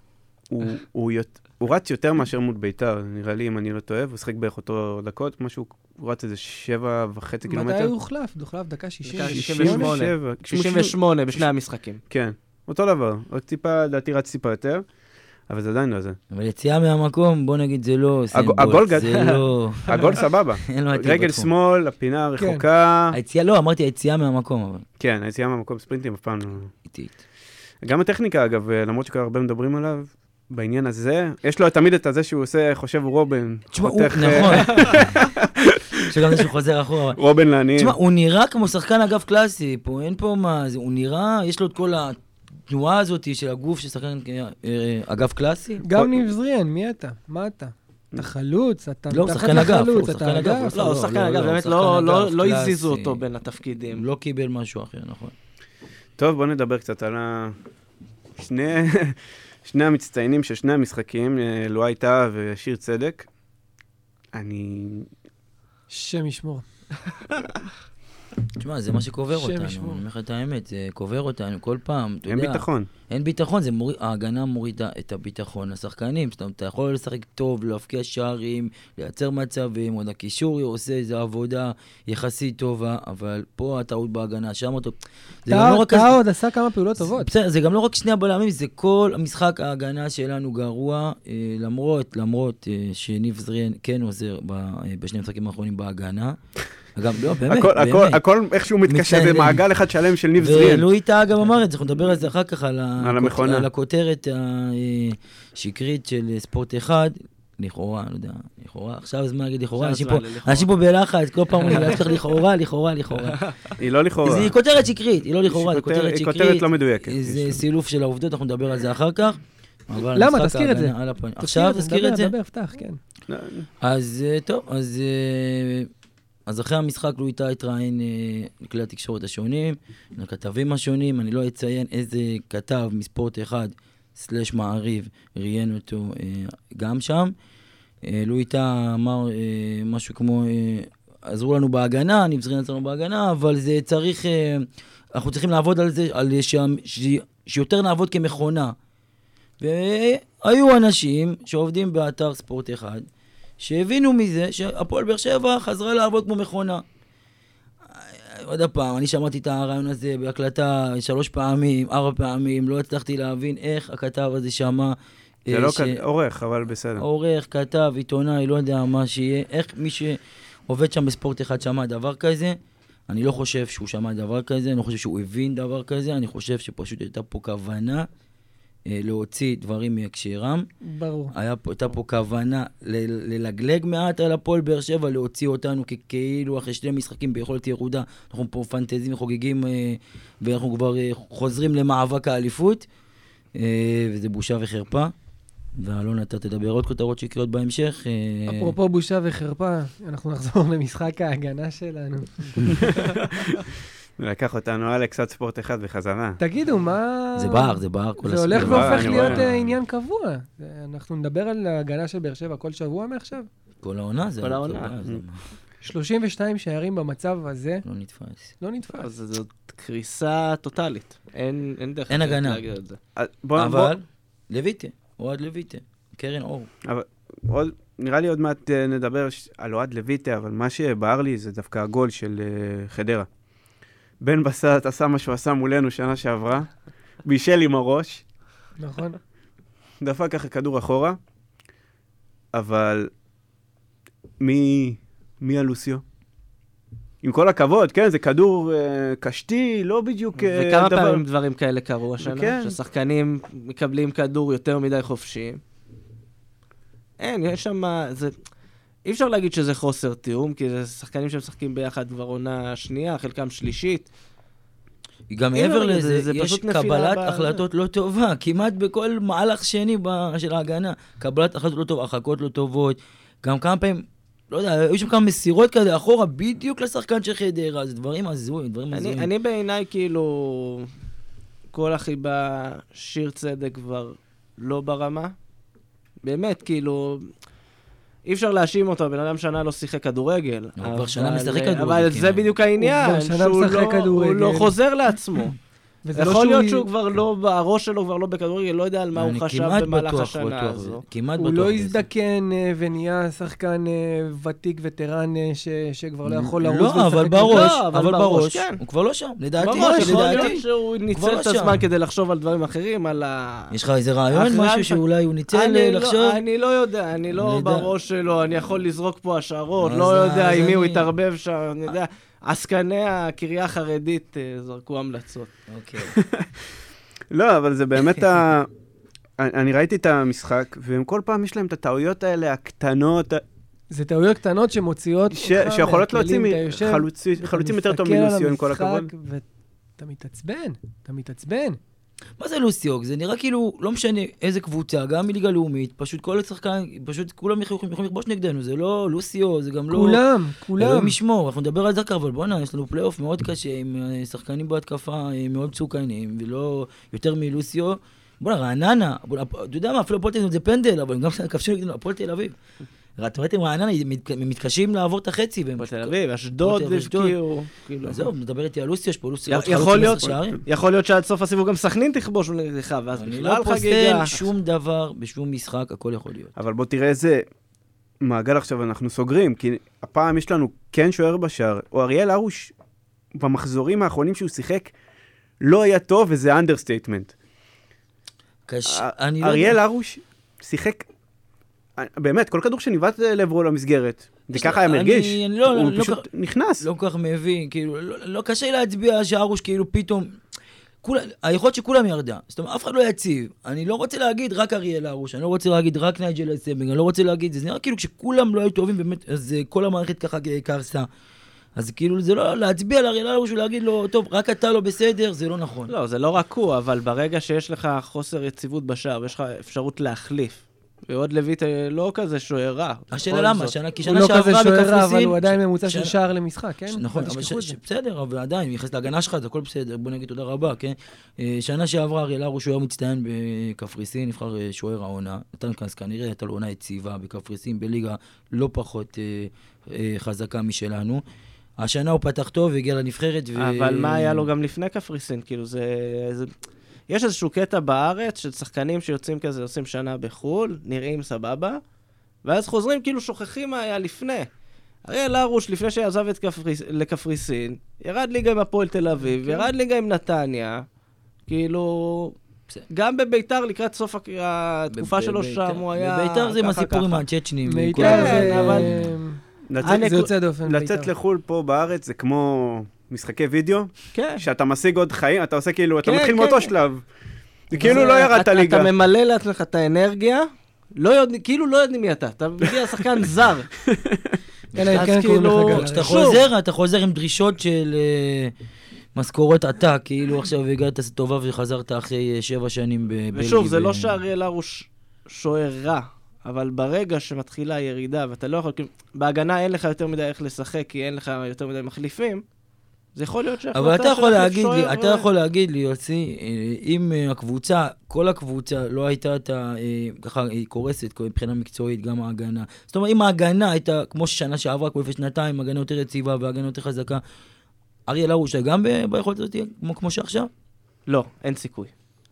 הוא רץ יותר מאשר מול ביתר, נראה לי, אם אני לא טועה, הוא שחק בערך אותו דקות, משהו, הוא רץ איזה שבע וחצי קילומטר. מתי הוא הוחלף? הוא הוחלף דקה שישים ושמונה. שישים ושמונה בשני המשחקים. כן, אותו דבר. עוד טיפה, דעתי רץ טיפה יותר, אבל זה עדיין לא זה. אבל יציאה מהמקום, בוא נגיד, זה לא... הגול גדל. הגול סבבה. רגל שמאל, הפינה הרחוקה. היציאה, לא, אמרתי היציאה מהמקום, אבל. כן, היציאה מהמקום, ספרינטים אף פעם לא... איטית. גם הטכניקה, אגב, למרות שכבר הרבה מדברים עליו, בעניין הזה, יש לו תמיד את הזה שהוא עושה, חושב רובן. תשמע, הוא, נכון. שגם זה שהוא חוזר אחורה. רובן לעניים. תשמע, הוא נראה כמו שחקן אגב קלאסי, פה אין פה מה, הוא נראה, יש לו את כל התנועה הזאת של הגוף של שחקן אגב קלאסי. גם ניב זריאן, מי אתה? מה אתה? אתה חלוץ, אתה לא, שחקן אגב, הוא שחקן אגב. לא, הוא שחקן אגב, באמת לא הזיזו אותו בין התפקידים. הוא לא קיבל משהו אחר, נכון. טוב, בוא נדבר קצת על שני... שני המצטיינים של שני המשחקים, לואי טאה ושיר צדק. אני... שם ישמור. תשמע, זה מה שקובר אותנו. אני אומר לך את האמת, זה קובר אותנו כל פעם. אין ביטחון. אין ביטחון, ההגנה מורידה את הביטחון לשחקנים. אתה יכול לשחק טוב, להפקיע שערים, לייצר מצבים, עוד הקישור עושה איזו עבודה יחסית טובה, אבל פה הטעות בהגנה, שם אותו... טאה עוד עשה כמה פעולות טובות. בסדר, זה גם לא רק שני הבלמים, זה כל המשחק ההגנה שלנו גרוע, למרות, למרות שניב זריאן כן עוזר בשני המשחקים האחרונים בהגנה. אגב, לא, באמת, באמת. הכל איכשהו מתקשר במעגל אחד שלם של ניב זריאן. ולואי טאה גם אמר את זה, אנחנו נדבר על זה אחר כך, על הכותרת השקרית של ספורט אחד, לכאורה, לא יודע, לכאורה, עכשיו הזמן להגיד לכאורה, אנשים פה בלחץ, כל פעם אני צריך לכאורה, לכאורה, לכאורה. היא לא לכאורה. היא כותרת שקרית, היא לא לכאורה, היא כותרת שקרית. היא כותרת לא מדויקת. זה סילוף של העובדות, אנחנו נדבר על זה אחר כך. למה? תזכיר את זה. עכשיו תזכיר את זה. דבר, פתח, כן. אז טוב, אז... אז אחרי המשחק לואי טאה התראיין לכלי התקשורת השונים, לכתבים השונים, אני לא אציין איזה כתב מספורט אחד, סלש מעריב, ראיין אותו גם שם. לואי טאה אמר משהו כמו, עזרו לנו בהגנה, ניב זריאן עזרו לנו בהגנה, אבל זה צריך, אנחנו צריכים לעבוד על זה, על שיותר נעבוד כמכונה. והיו אנשים שעובדים באתר ספורט אחד, שהבינו מזה שהפועל באר שבע חזרה לעבוד כמו מכונה. עוד הפעם, אני שמעתי את הרעיון הזה בהקלטה שלוש פעמים, ארבע פעמים, לא הצלחתי להבין איך הכתב הזה שמע. זה לא עורך, אבל בסדר. עורך, כתב, עיתונאי, לא יודע מה שיהיה, איך מי שעובד שם בספורט אחד שמע דבר כזה. אני לא חושב שהוא שמע דבר כזה, אני לא חושב שהוא הבין דבר כזה, אני חושב שפשוט הייתה פה כוונה להוציא דברים מהקשרם. ברור. הייתה פה כוונה ללגלג מעט על הפועל באר שבע, להוציא אותנו כאילו אחרי שני משחקים ביכולת ירודה, אנחנו פה פנטזים וחוגגים, ואנחנו כבר חוזרים למאבק האליפות, וזה בושה וחרפה. ואלון, אתה תדבר עוד כותרות שקרות בהמשך. אפרופו בושה וחרפה, אנחנו נחזור למשחק ההגנה שלנו. לקח אותנו אלכס עד ספורט אחד וחזרה. תגידו, מה... זה בער, זה בער כל הסיפור. זה הולך והופך להיות עניין קבוע. אנחנו נדבר על ההגנה של באר שבע כל שבוע מעכשיו. כל העונה זה... כל העונה. שלושים ושתיים שערים במצב הזה. לא נתפס. לא נתפס. אז זאת קריסה טוטלית. אין דרך אין הגנה. להגיד את זה. אבל, לויטה, אוהד לויטה, קרן אור. אבל עוד, נראה לי עוד מעט נדבר על אוהד לויטה, אבל מה שבער לי זה דווקא הגול של uh, חדרה. בן בסט עשה מה שהוא עשה מולנו שנה שעברה, בישל עם הראש. נכון. דפק ככה כדור אחורה, אבל מי, מי הלוסיו? עם כל הכבוד, כן, זה כדור uh, קשתי, לא בדיוק uh, וכמה דבר... פעמים דברים כאלה קרו השנה, כן. ששחקנים מקבלים כדור יותר מדי חופשי. אין, יש שם, זה... אי אפשר להגיד שזה חוסר תיאום, כי זה שחקנים שמשחקים ביחד כבר עונה שנייה, חלקם שלישית. גם מעבר לזה, זה יש פשוט נפילה קבלת ב- החלטות לא טובה, כמעט בכל מהלך שני ב- של ההגנה. קבלת החלטות לא טובה, הרחקות לא טובות. גם כמה פעמים, לא יודע, היו שם כמה מסירות כזה אחורה, בדיוק לשחקן של חדרה, זה דברים הזויים, דברים אני, הזויים. אני בעיניי כאילו, כל החיבה שיר צדק כבר לא ברמה. באמת, כאילו, אי אפשר להאשים אותו, בן אדם שנה לא שיחק כדורגל. הוא כבר שנה משחק כדורגל, אבל זה כמעט. בדיוק העניין, הוא כבר שנה שהוא משחק לא- הוא כדורגל. לא חוזר לעצמו. וזה לא יכול להיות שהוא- שהוא כבר לא, הראש שלו כבר לא בכדורגל, לא יודע על מה הוא אני חשב כמעט במהלך בטוח, השנה בטוח, הזו. כמעט הוא בטוח לא בזה. הזדקן אה, ונהיה שחקן אה, ותיק וטרן אה, ש- שכבר לא יכול לרוץ לא, אבל ולשחק. בראש, לא, אבל אבל בראש, בראש, כן. הוא כבר לא שם, לדעתי, ממש, יכול לדעתי. להיות שהוא כבר ניצל לא את שם. הזמן כדי לחשוב על דברים אחרים, על ה... יש לך איזה רעיון, אחרי משהו המשחק- שאולי הוא ניצל אני לא- לחשוב? אני לא יודע, אני לא נדע. בראש שלו, אני יכול לזרוק פה השערות, אז- לא יודע אז עם מי הוא אני- יתערבב שם, אני יודע. עסקני הקריה החרדית אה, זרקו המלצות. אוקיי. לא, אבל זה באמת ה... אני אני ראיתי את המשחק, והם כל פעם יש להם את הטעויות האלה, הקטנות, זה טעויות קטנות שמוציאות ש- אותך שיכולות להוציא מהכלים, אתה יושב, מחלוצי- אתה חלוצים יותר טוב מסתכל על מלוסיו, עם כל המשחק, הכבוד. ואתה מתעצבן, אתה מתעצבן. מה זה לוסיוק? זה נראה כאילו, לא משנה איזה קבוצה, גם מליגה לאומית, פשוט כל השחקן, פשוט כולם יכולים לכבוש נגדנו, זה לא לוסיו, זה גם לא... כולם, כולם. אלוהים ישמור, אנחנו נדבר על זה ככה, אבל בוא'נה, יש לנו פלייאוף מאוד קשה, עם אה, שחקנים בהתקפה אה, מאוד מסוכנים, ולא יותר מלוסיו. בוא'נה, רעננה, בוא'נה, אתה יודע מה, אפילו הפועל תל אביב זה פנדל, אבל הם גם כבשו נגדנו, הפועל תל אביב. אתם ראיתם רעננה, הם מת- הם מתקשים לעבור את החצי, והם... הפועל תל אביב, אשדוד, הפועל תל אביב, הבקיעו, כאילו. עזוב, מדבר איתי על לוסיו, יש פה לוסיו, י- עוד חלוץ יכול עם להיות- עשר שערים. יכול להיות שעד סוף הסיבוב גם סכנין תכבוש נגדך, ואז אני בכלל לא חגיגה. פוסל שום דבר בשום משחק, הכל יכול להיות. אבל בוא תראה איזה מעגל עכשיו אנחנו סוגרים, כי הפעם יש לנו כן שוער בשער, או אריאל הרוש, במחזורים האחרונים שהוא שיחק, לא היה טוב, וזה אנדרסטייטמנט. קשה, אני לא אריאל יודע. הרוש שיחק, באמת, כל כדור שניבט לעברו למסגרת, יש וככה היה לו- מרגיש, אני- אני לא- הוא לא פשוט נכנס. לא כל כך מבין, כאילו, לא, לא קשה להצביע שהרוש כאילו פתאום, כולה, היכולת שכולם ירדה, זאת אומרת, אף אחד לא יציב, אני לא רוצה להגיד רק אריאל הרוש, אני לא רוצה להגיד רק נייג'ל סבינג, אני לא רוצה להגיד, זה נראה כאילו כשכולם לא היו טובים, באמת, אז אה, כל המערכת ככה קרסה, אז כאילו זה לא להצביע על אריאל הרוש ולהגיד לו, טוב, רק אתה לא בסדר, זה לא נכון. לא, זה לא רק הוא, אבל ברגע שיש לך חוסר יציבות בשער, ויש לך אפשרות להחליף, ועוד לויט לא כזה שוער רע. השאלה בכל למה, זאת. שנה, כי הוא שנה לא כזה שעברה שוער רע, אבל בקפריסין, הוא עדיין ממוצע של שנה- שער למשחק, כן? נכון, אל אבל תשכחו ש- את זה. ש- בסדר, אבל עדיין, נכנס להגנה שלך, זה הכל בסדר, בוא נגיד תודה רבה, כן? אה, שנה שעברה אריאל הרוש הוא היה מצטיין בקפריסין, נבחר אה, שוער העונה, נתן כאן כנראה הייתה לו עונה יציבה בקפריסין, בליגה לא פחות אה, אה, חזקה משלנו. השנה הוא פתח טוב והגיע לנבחרת. ו... אבל מה היה לו גם לפני קפריסין? כאילו זה... זה... יש איזשהו קטע בארץ של שחקנים שיוצאים כזה, עושים שנה בחול, נראים סבבה, ואז חוזרים כאילו שוכחים מה היה לפני. אריאל הרוש, לפני שעזב את קפריס... לקפריסין, ירד ליגה עם הפועל תל אביב, ירד ליגה עם נתניה, כאילו... בסדר. גם בביתר לקראת סוף הק- התקופה שלו בביתר- שם הוא היה בביתר זה עם ככה, הסיפור עם ככה. הצ'צ'נים. ביתר כל זה... הזה. אבל- לצאת- זה יוצא דופן. לצאת ביתר. לחול פה בארץ זה כמו משחקי וידאו, כן. שאתה משיג עוד חיים, אתה עושה כאילו, אתה כן, מתחיל כן. מאותו שלב. זה כאילו זה- לא ירדת אתה- ליגה. אתה ממלא לעצמך את האנרגיה, לא יודעים, כאילו לא יודעים מי אתה. אתה מגיע שחקן זר. אלא אם אז כן קוראים כאילו- לך גל. כשאתה שוב. חוזר, אתה חוזר עם דרישות של אה, משכורות עתק, כאילו עכשיו הגעת טובה וחזרת אחרי אה, שבע שנים בבלגיה. ושוב, זה ו- לא שאריאל הרוש שוער רע, אבל ברגע שמתחילה הירידה, ואתה לא יכול, כאילו, בהגנה אין לך יותר מדי איך לשחק, כי אין לך יותר מדי מחליפים, זה יכול להיות שהחלטה אבל אתה יכול של להגיד לי, שוער- אתה יכול להגיד לי, יוסי, אה, אם אה, הקבוצה, כל הקבוצה לא הייתה את ה... אה, ככה, היא קורסת כל- מבחינה מקצועית, גם ההגנה. זאת אומרת, אם ההגנה הייתה, כמו ששנה שעברה, כמו לפני שנתיים, הגנה יותר יציבה והגנה יותר חזקה, אריאל הרוש היה גם ב- ביכולת הזאת, כמו כמו שעכשיו? לא, אין סיכוי.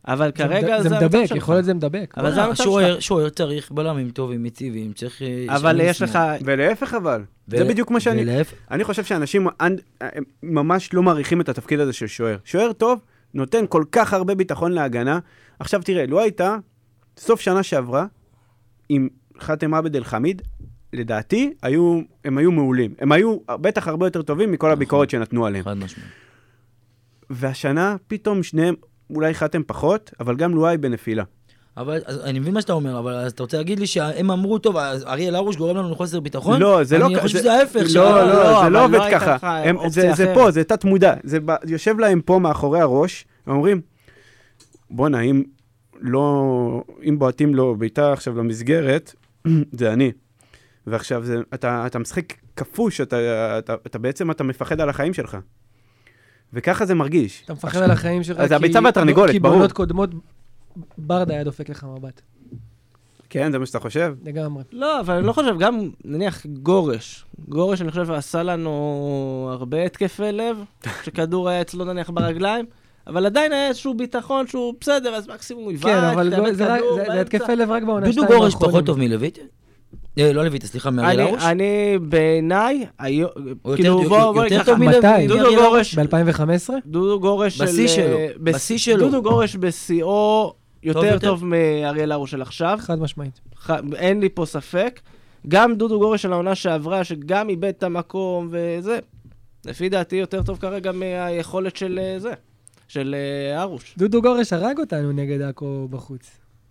אבל כרגע זה זה המצב מדבק, שלך. יכול להיות זה מדבק. אבל זה המצב שוער, שוער צריך בלמים טובים, יציבים, צריך... אבל יש לך... ולהפך אבל, זה בדיוק מה שאני... אני חושב שאנשים ממש לא מעריכים את התפקיד הזה של שוער. שוער טוב נותן כל כך הרבה ביטחון להגנה. עכשיו תראה, לא הייתה, סוף שנה שעברה, עם חאתם עבד אל חמיד, לדעתי, היו, הם היו מעולים. הם היו בטח הרבה יותר טובים מכל הביקורת שנתנו עליהם. חד משמעית. והשנה, פתאום שניהם, אולי חאתם פחות, אבל גם לואי בנפילה. אבל אני מבין מה שאתה אומר, אבל אז אתה רוצה להגיד לי שהם אמרו, טוב, אריאל הרוש גורם לנו לחוסר ביטחון? לא, זה לא... אני חושב שזה ההפך. לא, לא, זה לא עובד ככה. זה פה, זה תת מודע. יושב להם פה מאחורי הראש, ואומרים, בוא נע, אם לא... אם בועטים לו ביתה עכשיו למסגרת, זה אני. ועכשיו זה, אתה, אתה משחק כפוש, אתה, אתה, אתה בעצם, אתה מפחד על החיים שלך. וככה זה מרגיש. אתה מפחד על החיים שלך, אז הביצה והתרנגולת, כי ברור. בעונות קודמות, ברדה היה דופק לך מבט. כן, זה מה שאתה חושב? לגמרי. לא, אבל אני לא חושב, גם נניח גורש. גורש, אני חושב, עשה לנו הרבה התקפי לב, שכדור היה אצלו נניח ברגליים, אבל עדיין היה איזשהו ביטחון שהוא בסדר, אז מקסימום הוא יבעט, כן, אבל זה התקפי לב רק בעונה שתיים דודו גורש פחות טוב מלויטה? לא לויטה, סליחה, מאריאל הרוש? אני בעיניי, יותר טוב מתי? דודו גורש... ב-אלפיים וחמש עשרה? דודו גורש של... בשיא שלו. בשיא שלו. דודו גורש בשיאו יותר טוב מאריאל הרוש של עכשיו. חד משמעית. אין לי פה ספק. גם דודו גורש של העונה שעברה, שגם איבד את המקום וזה, לפי דעתי יותר טוב כרגע מהיכולת של זה, של הרוש. דודו גורש הרג אותנו נגד עכו בחוץ.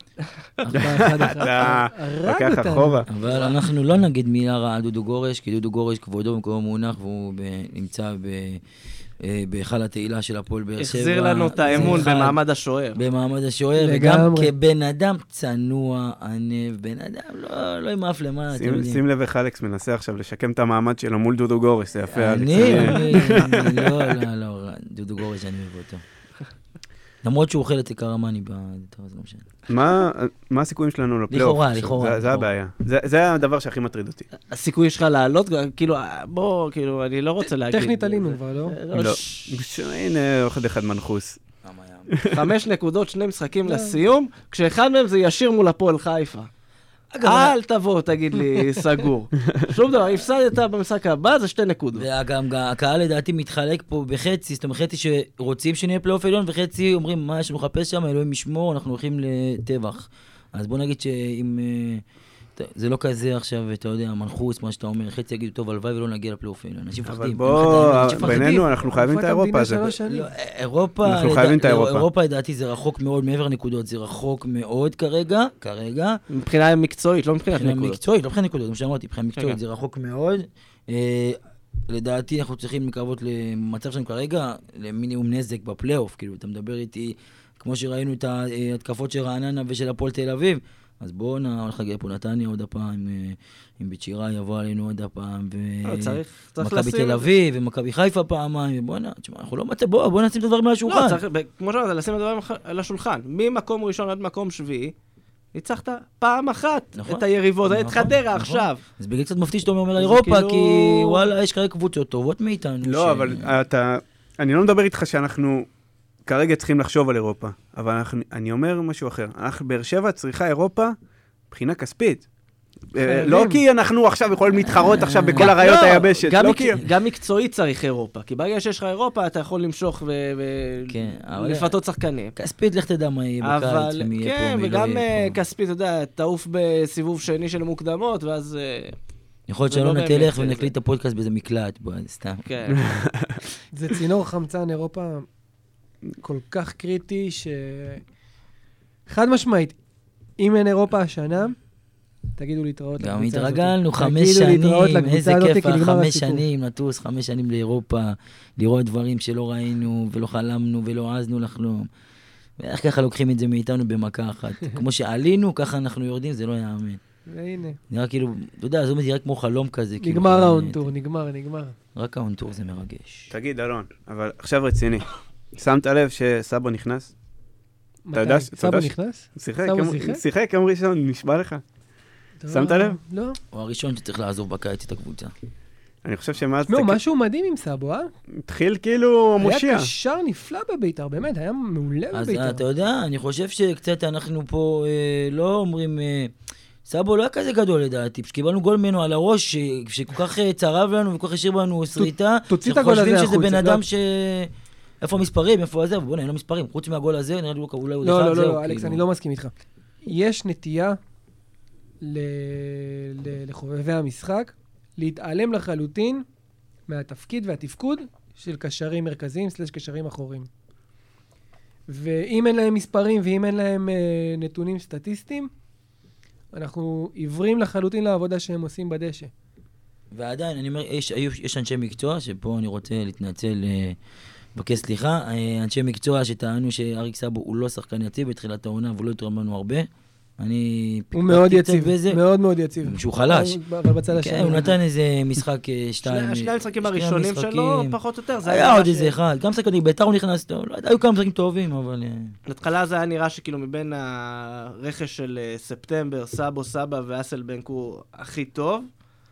לקח אחורה. אבל אנחנו לא נגיד מילה רעה על דודו גורש, כי דודו גורש כבודו במקומו מונח, והוא נמצא בהיכל התהילה של הפועל באר שבע. החזיר לנו את האמון במעמד השוער. במעמד השוער, וגם כבן אדם צנוע, ענב, בן אדם לא עם אף למעלה. שים לב איך אלכס מנסה עכשיו לשקם את המעמד שלו מול דודו גורש, זה יפה אלכס. אני, לא, לא, לא, דודו גורש, אני אוהב אותו. למרות שהוא אוכל את קרמני בדבר, זה לא משנה. מה הסיכויים שלנו לפלייאוף? לכאורה, לכאורה. זה הבעיה. זה הדבר שהכי מטריד אותי. הסיכוי שלך לעלות, כאילו, בוא, כאילו, אני לא רוצה להגיד. טכנית עלינו כבר, לא? לא. הנה, אחד אחד מנחוס. חמש נקודות, שני משחקים לסיום, כשאחד מהם זה ישיר מול הפועל חיפה. אל תבוא, תגיד לי, סגור. שום דבר, הפסדת במשחק הבא, זה שתי נקודות. וגם הקהל לדעתי מתחלק פה בחצי, זאת אומרת, חצי שרוצים שנהיה פלייאוף עליון, וחצי אומרים, מה יש לנו לחפש שם, אלוהים ישמור, אנחנו הולכים לטבח. אז בוא נגיד שאם... זה לא כזה עכשיו, אתה יודע, מנחוס, מה שאתה אומר, חצי יגידו, טוב, הלוואי ולא נגיע לפלייאוף עליון. אנשים מפחדים. אבל בוא, בינינו, אנחנו חייבים את האירופה הזה. אירופה, אנחנו חייבים את האירופה. אירופה, לדעתי, זה רחוק מאוד, מעבר נקודות, זה רחוק מאוד כרגע, כרגע. מבחינה מקצועית, לא מבחינת נקודות. מבחינה מקצועית, לא מבחינת נקודות, כמו שאמרתי, מבחינה מקצועית זה רחוק מאוד. לדעתי, אנחנו צריכים לקוות למצב שלנו כרגע, למינימום נזק בפלייאוף, כאילו, אתה מדבר איתי, כמו שראינו את ההתקפות של רעננה ושל הפועל תל אביב, אז בואו נלך להגיע פה נתניה עוד הפעם, עם בית שירה יבוא עלינו עוד הפעם, ומכבי תל אביב, ומכבי חיפה פעמיים, ובואו נע, תשמע, אנחנו לא מצא, בואו נשים את הדברים על השולחן. לא, צריך, כמו שאמרת, לשים את הדברים על השולחן. ממקום ראשון עד מקום שביעי, ניצחת פעם אחת את היריבות, את חדרה עכשיו. אז בגלל קצת מפתיע שאתה אומר אירופה, כי וואלה, יש כרגע קבוצות טובות מאיתנו. לא, אבל אתה, אני לא מדבר איתך שאנחנו כרגע צריכים לחשוב על אירופה, אבל אנחנו, אני אומר משהו אחר. אנחנו באר שבע צריכה אירופה מבחינה כספית. לא כי אנחנו עכשיו יכולים להתחרות עכשיו בכל הרעיות היבשת. גם מקצועית צריך אירופה, כי ברגע שיש לך אירופה אתה יכול למשוך ולפתות שחקנים. כספית לך תדע מה יהיה בקיץ. כן, וגם כספית, אתה יודע, תעוף בסיבוב שני של מוקדמות, ואז... יכול להיות שלא נתלך ונקליט את הפודקאסט באיזה מקלט, בוא, סתם. כן. זה צינור חמצן אירופה כל כך קריטי ש... חד משמעית, אם אין אירופה השנה, תגידו להתראות לקבוצה הזאת. גם התרגלנו חמש שנים, איזה כיף, חמש שנים, נטוס חמש שנים לאירופה, לראות דברים שלא ראינו ולא חלמנו ולא עזנו לחלום. ואיך ככה לוקחים את זה מאיתנו במכה אחת. כמו שעלינו, ככה אנחנו יורדים, זה לא יאמן. והנה. נראה כאילו, אתה יודע, זאת אומרת, נראה כמו חלום כזה. נגמר האונטור, נגמר, נגמר. רק האונטור זה מרגש. תגיד, אלון, אבל עכשיו רציני. שמת לב שסבו נכנס? אתה יודע? סבו נכנס? שיחק, יום ראשון, נשבע לך. שמת לב? לא. הוא הראשון שצריך לעזוב בקיץ את הקבוצה. אני חושב שמאז... לא, משהו מדהים עם סאבו, אה? התחיל כאילו מושיע. היה קשר נפלא בביתר, באמת, היה מעולה בביתר. אז אתה יודע, אני חושב שקצת אנחנו פה אה, לא אומרים... אה, סאבו לא היה כזה גדול לדעתי, כשקיבלנו גול ממנו על הראש, ש... שכל כך אה, צרב לנו וכל כך השאיר בנו שריטה, תוציא את הגול הזה שחושבים שזה החוצה, בן לא. אדם ש... איפה המספרים, איפה זה, בוא'נה, אין לו מספרים, חוץ מהגול הזה, נראה לי אולי הוא לא, אחד, לא, זהו, לא, אלכס, כאילו. אני לא מסכים איתך. יש נטייה ל... ל... לחובבי המשחק להתעלם לחלוטין מהתפקיד והתפקוד של קשרים מרכזיים סלש קשרים אחוריים. ואם אין להם מספרים ואם אין להם אה, נתונים סטטיסטיים, אנחנו עיוורים לחלוטין לעבודה שהם עושים בדשא. ועדיין, אני אומר, יש, יש אנשי מקצוע, שפה אני רוצה להתנצל, לבקש סליחה, אנשי מקצוע שטענו שאריק סאבו הוא לא שחקן יציב בתחילת העונה, והוא לא יתרום לנו הרבה. אני הוא מאוד פיקפקתי קצת יציב, בזה. מאוד מאוד יציב. שהוא חלש. אבל בצד השני. כן, הוא נתן איזה משחק שתיים. שני המשחקים הראשונים שלו, פחות או יותר. זה היה עוד איזה אחד. גם משחק ביתר הוא נכנס טוב. לא יודע, היו כמה משחקים טובים, אבל... להתחלה זה היה נראה שכאילו מבין הרכש של ספטמבר, סאבו, סבא ואסלבנק הוא הכי טוב.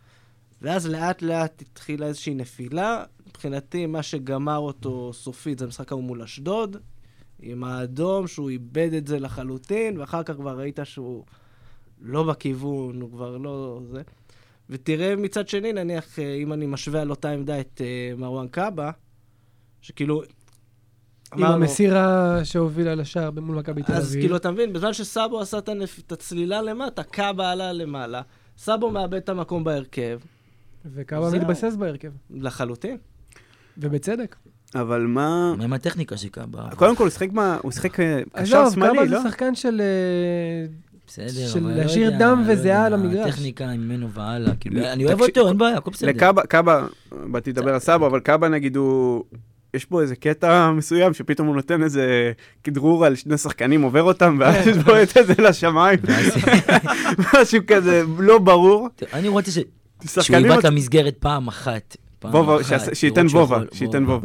ואז לאט לאט התחילה איזושהי נפילה. מבחינתי, מה שגמר אותו סופית זה המשחק ההוא מול אשדוד. עם האדום, שהוא איבד את זה לחלוטין, ואחר כך כבר ראית שהוא לא בכיוון, הוא כבר לא זה. ותראה מצד שני, נניח, אם אני משווה על אותה עמדה את uh, מרואן קאבה, שכאילו... עם המסירה שהובילה לשער מול מכבי תל אביב. אז כאילו, אתה מבין, בזמן שסאבו עשה את הצלילה למטה, קאבה עלה למעלה, סאבו מאבד את המקום בהרכב. וקאבה מתבסס בהרכב. לחלוטין. ובצדק. אבל מה... מה עם הטכניקה שקאבה? קודם כל, הוא שחק קשר שמאלי, לא? קאבה זה שחקן של... בסדר, של אבל להשאיר לא דם יודע, וזיעה לא על יודע, המגרש. הטכניקה ממנו והלאה, כאילו, אני תקשיב, אוהב אותו, אין בעיה, הכל בסדר. לקאבה, קאבה, באתי לדבר על סבא, אבל קאבה נגיד הוא... יש פה איזה קטע מסוים שפתאום הוא נותן איזה כדרור על שני שחקנים, עובר אותם, ואז יש בו את זה לשמיים. משהו כזה לא ברור. אני רוצה שהוא ייבט למסגרת פעם אחת. שייתן וובה, שייתן וובה.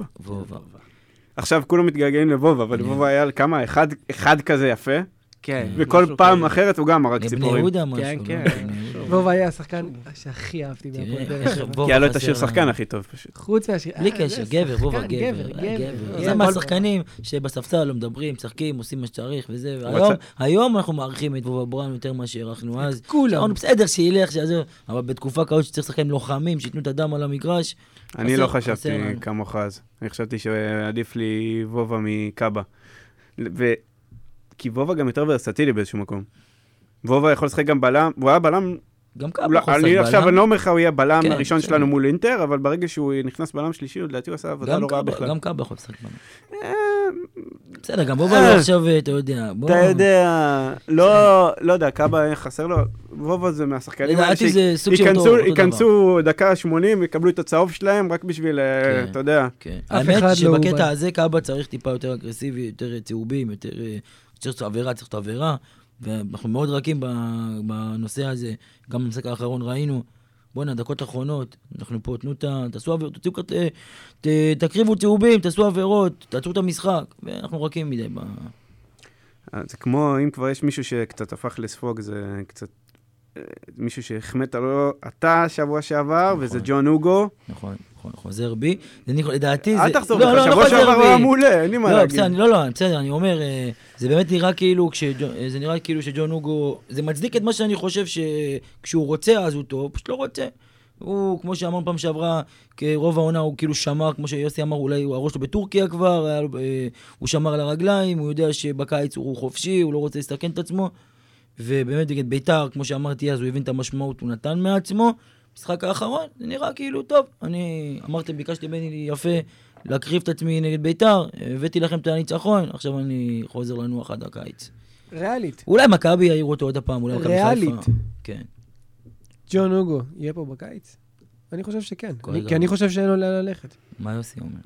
עכשיו כולם מתגעגעים לבובה, אבל לבובה היה כמה, אחד כזה יפה. כן. וכל פעם אחרת הוא גם הרג ציפורים. בני יהודה משהו. כן, כן. וובה היה השחקן שהכי אהבתי בהפועל באר שבע. כי היה לו את השיר שחקן הכי טוב פשוט. חוץ מהשיר. בלי קשר, גבר, וובה גבר. זה מהשחקנים שבספסל לא מדברים, משחקים, עושים מה שצריך וזה. היום אנחנו מעריכים את וובה ברן יותר מה שהערכנו אז. כולם. בסדר, שילך, שיעזור. אבל בתקוקופה כזאת שצריך שחקנים לוחמים, שיתנו את הדם על המגרש. אני לא חשבתי כמוך אז. אני חשבתי שעדיף לי וובה מקאבה. כי וובה גם יותר ורסטילי באיזשהו מקום. וובה יכול לשחק גם בלם, הוא היה בלם... גם קאבה יכול לשחק בלם. אני עכשיו, אני לא אומר לך, הוא יהיה בלם הראשון שלנו מול אינטר, אבל ברגע שהוא נכנס בלם שלישי, לדעתי הוא עשה עבודה לא רעה בכלל. גם קאבה יכול לשחק בלם. בסדר, גם וובה לא עכשיו, אתה יודע. אתה יודע, לא יודע, קאבה חסר לו, וובה זה מהשחקנים האלה שייכנסו דקה שמונים, יקבלו את הצהוב שלהם רק בשביל, אתה יודע. האמת שבקטע הזה קאבה צריך טיפה יותר אגרסיבי, יותר צהובים, יותר... צריך עבירה, צריך את העבירה, ואנחנו מאוד רכים בנושא הזה, גם במשחק האחרון ראינו, בוא'נה, דקות אחרונות, אנחנו פה, תנו את ה... תעשו עבירות, תוציאו קצת, תקריבו צהובים, תעשו עבירות, תעצרו את המשחק, ואנחנו רכים מדי ב... זה כמו, אם כבר יש מישהו שקצת הפך לספוג, זה קצת... מישהו שהחמאת לו, אתה שבוע שעבר, וזה ג'ון אוגו. נכון, נכון, חוזר בי. לדעתי זה... אל תחזור בך, שבוע שעבר הוא היה מעולה, אין לי מה להגיד. לא, לא, בסדר, אני אומר, זה באמת נראה כאילו, זה נראה כאילו שג'ון אוגו, זה מצדיק את מה שאני חושב שכשהוא רוצה, אז הוא טוב, פשוט לא רוצה. הוא, כמו שאמרנו פעם שעברה, כרוב העונה הוא כאילו שמר, כמו שיוסי אמר, אולי הוא הראש לו בטורקיה כבר, הוא שמר על הרגליים, הוא יודע שבקיץ הוא חופשי, הוא לא רוצה להסתכן את עצמו. ובאמת נגד ביתר, כמו שאמרתי אז, הוא הבין את המשמעות, הוא נתן מעצמו. משחק האחרון, זה נראה כאילו טוב. אני אמרתם, ביקשתי בני יפה להקריב את עצמי נגד ביתר, הבאתי לכם את הניצחון, עכשיו אני חוזר לנוח עד הקיץ. ריאלית. אולי מכבי יעירו אותו עוד הפעם, אולי מכבי חיפה. ריאלית. כן. ג'ון אוגו, יהיה פה בקיץ? אני חושב שכן. כי אני חושב שאין לו לאן ללכת. מה יוסי אומר?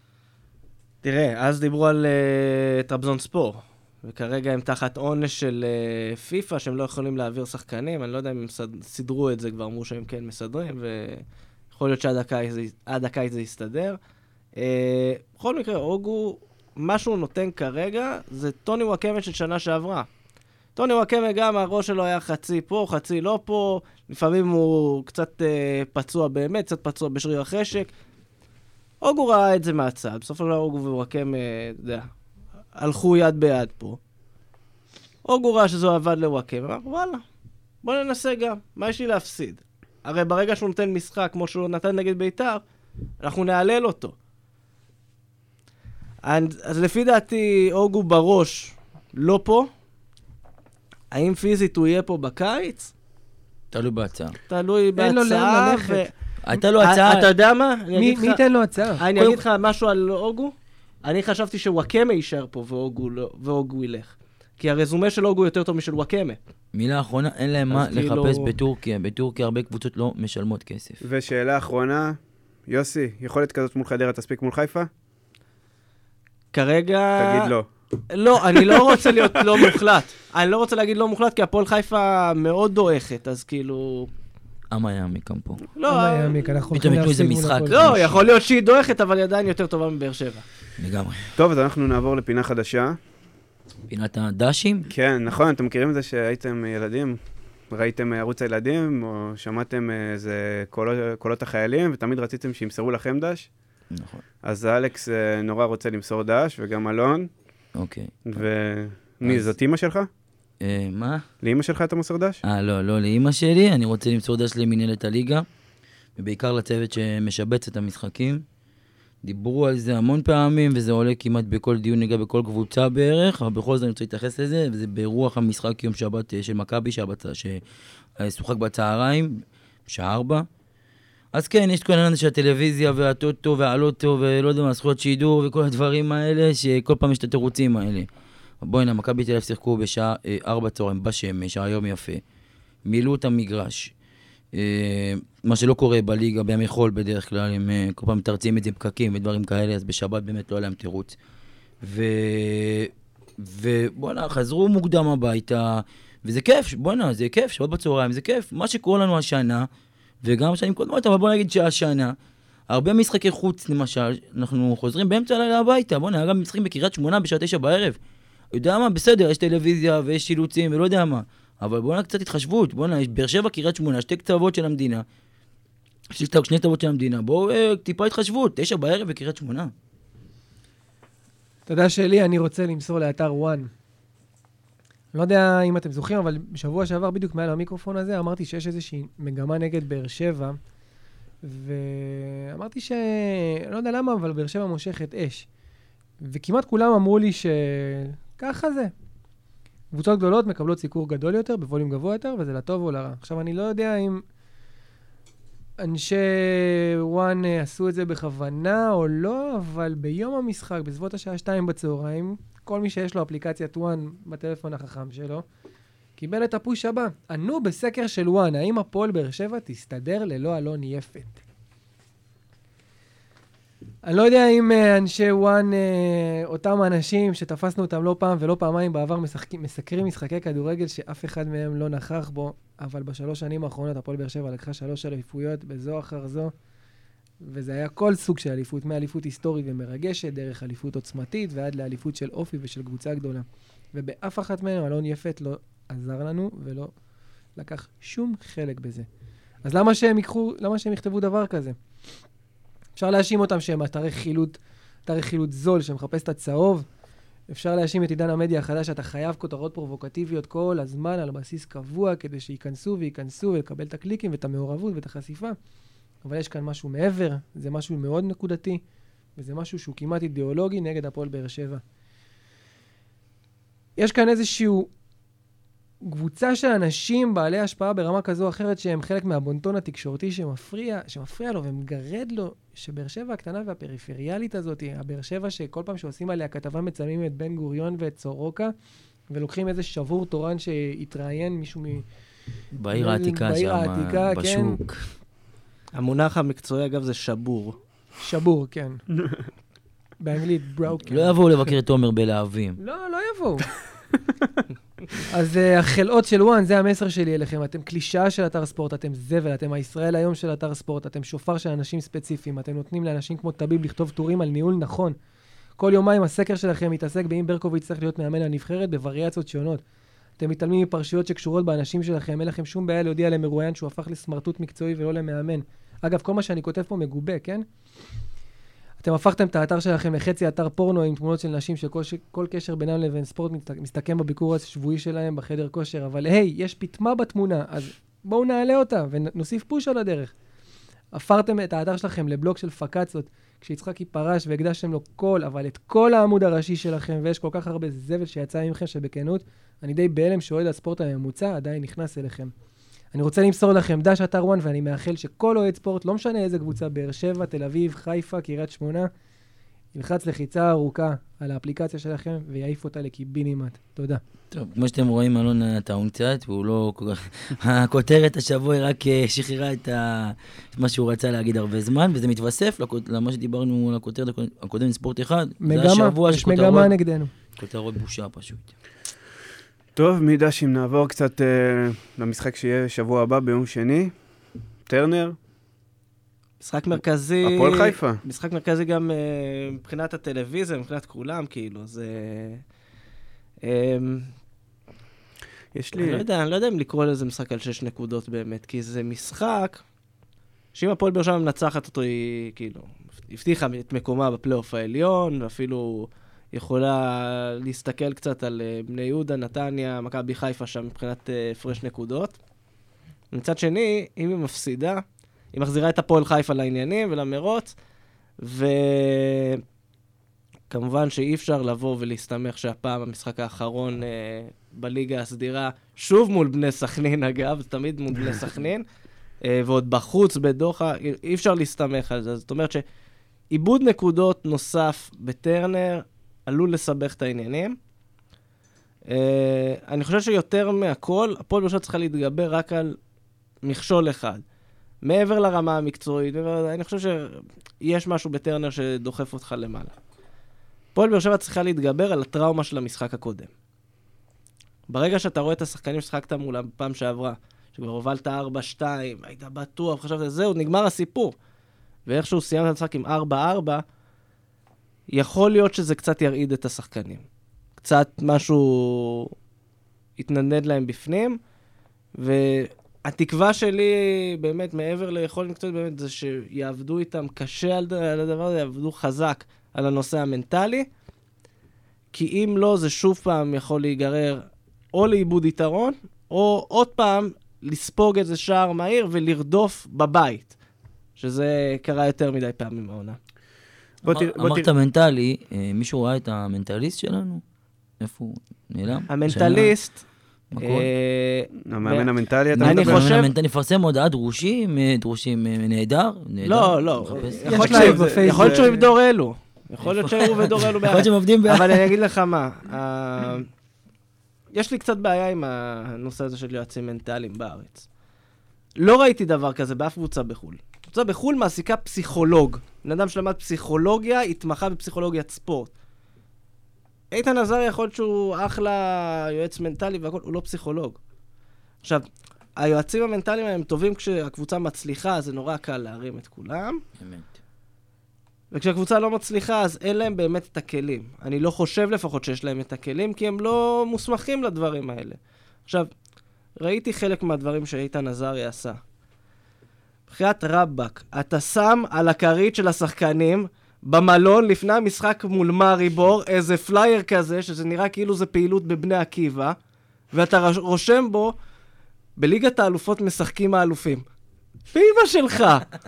תראה, אז דיברו על טרבזון ספור. וכרגע הם תחת עונש של uh, פיפה, שהם לא יכולים להעביר שחקנים, אני לא יודע אם הם סד... סידרו את זה, כבר אמרו שהם כן מסדרים, ויכול להיות שעד הקיץ זה, עד הקיץ זה יסתדר. Uh, בכל מקרה, אוגו, מה שהוא נותן כרגע, זה טוני וואקמן של שנה שעברה. טוני וואקמה גם, הראש שלו היה חצי פה, חצי לא פה, לפעמים הוא קצת אה, פצוע באמת, קצת פצוע בשריר החשק. אוגו ראה את זה מהצד, בסופו של דבר אוגו ווואקמה, אתה יודע, הלכו יד ביד פה. אוגו ראה שזה עבד לוואקמה, אמר, וואלה, בוא ננסה גם, מה יש לי להפסיד? הרי ברגע שהוא נותן משחק, כמו שהוא נתן נגד בית"ר, אנחנו נעלל אותו. אז לפי דעתי, אוגו בראש לא פה. האם פיזית הוא יהיה פה בקיץ? תלוי בהצעה. תלוי בהצעה. אין לו לאן ללכת. הייתה לו הצעה... אתה יודע מה? מי ייתן לו הצעה? אני אגיד לך משהו על אוגו. אני חשבתי שוואקמה יישאר פה ואוגו ילך. כי הרזומה של אוגו יותר טוב משל וואקמה. מילה אחרונה, אין להם מה לחפש בטורקיה. בטורקיה הרבה קבוצות לא משלמות כסף. ושאלה אחרונה, יוסי, יכולת כזאת מול חדרה תספיק מול חיפה? כרגע... תגיד לא. לא, אני לא רוצה להיות לא מוחלט. אני לא רוצה להגיד לא מוחלט, כי הפועל חיפה מאוד דועכת, אז כאילו... אמה יעמיק גם פה. לא, אמה יעמיק, אנחנו פתאום הולכים יתנו איזה להפסיק מול משחק. הפועל. לא, יכול להיות שהיא דועכת, אבל היא עדיין יותר טובה מבאר שבע. לגמרי. טוב, אז אנחנו נעבור לפינה חדשה. פינת הדשים? כן, נכון, אתם מכירים את זה שהייתם ילדים? ראיתם ערוץ הילדים, או שמעתם איזה קולות, קולות החיילים, ותמיד רציתם שימסרו לכם דש? נכון. אז אלכס נורא רוצה למסור דש, וגם אלון. אוקיי. ומי, זאת אמא שלך? אה, מה? לאמא שלך אתה מוסר דש? אה, לא, לא לאמא שלי. אני רוצה למסור דש למנהלת הליגה, ובעיקר לצוות שמשבץ את המשחקים. דיברו על זה המון פעמים, וזה עולה כמעט בכל דיון נגע בכל קבוצה בערך, אבל בכל זאת אני רוצה להתייחס לזה, וזה ברוח המשחק יום שבת של מכבי, ששוחק בצהריים, שעה ארבע. אז כן, יש כל העניין של הטלוויזיה והטוטו והלוטו ולא יודע מה, זכויות שידור וכל הדברים האלה, שכל פעם יש את התירוצים האלה. בואי הנה, מכבי תל אביב שיחקו בשעה ארבע צהריים בשמש, היום יפה. מילאו את המגרש. מה שלא קורה בליגה בימי חול בדרך כלל, הם כל פעם מתרצים את זה פקקים ודברים כאלה, אז בשבת באמת לא היה להם תירוץ. ו... ובוא'נה, חזרו מוקדם הביתה, וזה כיף, בוא'נה, זה כיף, שבת בצהריים, זה כיף. מה שקורה לנו השנה, וגם שנים קודמות, אבל בוא נגיד שהשנה, הרבה משחקי חוץ, למשל, אנחנו חוזרים באמצע הלילה הביתה, בוא'נה, אגב, משחקים בקריית שמונה בשעה תשע בערב. יודע מה, בסדר, יש טלוויזיה ויש שילוצים ולא יודע מה. אבל בוא'נה קצת התחשבות, בוא'נה, יש באר שבע קריית שמונה, שתי קצוות של המדינה, שתי קצוות של המדינה, בואו טיפה התחשבות, תשע בערב בקריית שמונה. תודה שלי, אני רוצה למסור לאתר וואן. לא יודע אם אתם זוכרים, אבל בשבוע שעבר בדיוק מעל המיקרופון הזה, אמרתי שיש איזושהי מגמה נגד באר שבע, ואמרתי ש... לא יודע למה, אבל באר שבע מושכת אש. וכמעט כולם אמרו לי שככה זה. קבוצות גדולות מקבלות סיקור גדול יותר, בווליום גבוה יותר, וזה לטוב או לרע. עכשיו, אני לא יודע אם אנשי וואן עשו את זה בכוונה או לא, אבל ביום המשחק, בסביבות השעה שתיים בצהריים, כל מי שיש לו אפליקציית וואן בטלפון החכם שלו, קיבל את הפוש הבא. ענו בסקר של וואן, האם הפועל באר שבע תסתדר ללא אלון יפת? אני לא יודע אם אנשי וואן, אותם אנשים שתפסנו אותם לא פעם ולא פעמיים בעבר, משחקים, מסקרים משחקי כדורגל שאף אחד מהם לא נכח בו, אבל בשלוש שנים האחרונות הפועל באר שבע לקחה שלוש אליפויות בזו אחר זו, וזה היה כל סוג של אליפות, מאליפות היסטורית ומרגשת, דרך אליפות עוצמתית ועד לאליפות של אופי ושל קבוצה גדולה. ובאף אחת מהם אלון יפת לא עזר לנו ולא לקח שום חלק בזה. אז למה שהם יקחו, למה שהם יכתבו דבר כזה? אפשר להאשים אותם שהם אתרי חילוט, אתרי חילוט זול, שמחפש את הצהוב. אפשר להאשים את עידן המדיה החדש, שאתה חייב כותרות פרובוקטיביות כל הזמן, על בסיס קבוע, כדי שייכנסו וייכנסו ולקבל את הקליקים ואת המעורבות ואת החשיפה. אבל יש כאן משהו מעבר, זה משהו מאוד נקודתי, וזה משהו שהוא כמעט אידיאולוגי נגד הפועל באר שבע. יש כאן איזשהו קבוצה של אנשים בעלי השפעה ברמה כזו או אחרת, שהם חלק מהבונטון התקשורתי שמפריע, שמפריע לו ומגרד לו, שבאר שבע הקטנה והפריפריאלית הזאת, הבאר שבע שכל פעם שעושים עליה כתבה מצלמים את בן גוריון ואת סורוקה, ולוקחים איזה שבור תורן שהתראיין מישהו מ... בעיר העתיקה שם, בשוק. המונח המקצועי אגב זה שבור. שבור, כן. באנגלית broken. לא יבואו לבקר את עומר בלהבים. לא, לא יבואו. אז uh, החלאות של וואן, זה המסר שלי אליכם. אתם קלישאה של אתר ספורט, אתם זבל, אתם הישראל היום של אתר ספורט, אתם שופר של אנשים ספציפיים, אתם נותנים לאנשים כמו טביב לכתוב טורים על ניהול נכון. כל יומיים הסקר שלכם מתעסק באם ברקוביץ' צריך להיות מאמן הנבחרת בווריאציות שונות. אתם מתעלמים מפרשיות שקשורות באנשים שלכם, אין לכם שום בעיה להודיע למרואיין שהוא הפך לסמרטוט מקצועי ולא למאמן. אגב, כל מה שאני כותב פה מגובה, כן? אתם הפכתם את האתר שלכם לחצי אתר פורנו עם תמונות של נשים שכל ש... כל קשר בינם לבין ספורט מסתכם בביקור השבועי שלהם בחדר כושר, אבל היי, יש פתמה בתמונה, אז בואו נעלה אותה ונוסיף פוש על הדרך. הפכתם את האתר שלכם לבלוק של פקצות, כשיצחקי פרש והקדשתם לו כל, אבל את כל העמוד הראשי שלכם, ויש כל כך הרבה זבל שיצא ממכם שבכנות, אני די בהלם שאוהד הספורט הממוצע עדיין נכנס אליכם. אני רוצה למסור לכם דש אתר וואן, ואני מאחל שכל אוהד ספורט, לא משנה איזה קבוצה, באר שבע, תל אביב, חיפה, קריית שמונה, ילחץ לחיצה ארוכה על האפליקציה שלכם, ויעיף אותה לקיבינימט. תודה. טוב, כמו שאתם רואים, אלון טעון קצת, והוא לא... הכותרת השבוע היא רק שחררה את מה שהוא רצה להגיד הרבה זמן, וזה מתווסף למה שדיברנו על הכותרת הקודמת ספורט אחד. מגמה, יש מגמה נגדנו. כותרות בושה פשוט. טוב, מידש, אם נעבור קצת אה, למשחק שיהיה שבוע הבא ביום שני. טרנר. משחק מרכזי... הפועל חיפה. משחק מרכזי גם אה, מבחינת הטלוויזיה, מבחינת כולם, כאילו, זה... אה, יש לי... אני לא יודע, אני לא יודע אם לקרוא לזה משחק על שש נקודות באמת, כי זה משחק שאם הפועל באר שבע מנצחת אותו, היא כאילו, הבטיחה את מקומה בפלייאוף העליון, ואפילו... יכולה להסתכל קצת על בני יהודה, נתניה, מכבי חיפה שם מבחינת הפרש נקודות. מצד שני, אם היא מפסידה, היא מחזירה את הפועל חיפה לעניינים ולמרוץ, וכמובן שאי אפשר לבוא ולהסתמך שהפעם המשחק האחרון אה, בליגה הסדירה, שוב מול בני סכנין אגב, תמיד מול בני סכנין, אה, ועוד בחוץ בדוחה, אי אפשר להסתמך על זה. זאת אומרת שאיבוד נקודות נוסף בטרנר, עלול לסבך את העניינים. Uh, אני חושב שיותר מהכל, הפועל באר שבע צריכה להתגבר רק על מכשול אחד. מעבר לרמה המקצועית, אני חושב שיש משהו בטרנר שדוחף אותך למעלה. הפועל באר שבע צריכה להתגבר על הטראומה של המשחק הקודם. ברגע שאתה רואה את השחקנים ששחקת מולם פעם שעברה, שכבר הובלת ארבע שתיים, היית בטוח, חשבת, זהו, נגמר הסיפור. ואיכשהו סיימת את המשחק עם ארבע ארבע, יכול להיות שזה קצת ירעיד את השחקנים. קצת משהו יתנדנד להם בפנים, והתקווה שלי באמת מעבר ליכולת מקצועית באמת זה שיעבדו איתם קשה על הדבר הזה, יעבדו חזק על הנושא המנטלי, כי אם לא זה שוב פעם יכול להיגרר או לאיבוד יתרון, או עוד פעם לספוג איזה שער מהיר ולרדוף בבית, שזה קרה יותר מדי פעמים בעונה. אמרת מנטלי, מישהו ראה את המנטליסט שלנו? איפה הוא נעלם? המנטליסט... המאמן המנטלי, אתה מדבר? אני חושב... נפרסם הודעה דרושים, דרושים נהדר? לא, לא. יכול להיות שהוא עם דור אלו. יכול להיות שהוא ודור אלו ביחד. יכול להיות שהם עובדים ביחד. אבל אני אגיד לך מה, יש לי קצת בעיה עם הנושא הזה של יועצים מנטליים בארץ. לא ראיתי דבר כזה באף קבוצה בחול. קבוצה בחול מעסיקה פסיכולוג. בן אדם שלמד פסיכולוגיה, התמחה בפסיכולוגיית ספורט. איתן עזר יכול להיות שהוא אחלה יועץ מנטלי והכל, הוא לא פסיכולוג. עכשיו, היועצים המנטליים הם טובים כשהקבוצה מצליחה, זה נורא קל להרים את כולם. אמת. וכשהקבוצה לא מצליחה, אז אין להם באמת את הכלים. אני לא חושב לפחות שיש להם את הכלים, כי הם לא מוסמכים לדברים האלה. עכשיו, ראיתי חלק מהדברים שאיתן עזרי עשה. בחיית רבק, אתה שם על הכרית של השחקנים במלון לפני המשחק מול מאריבור איזה פלייר כזה, שזה נראה כאילו זה פעילות בבני עקיבא, ואתה רושם בו, בליגת האלופות משחקים האלופים. באמא שלך!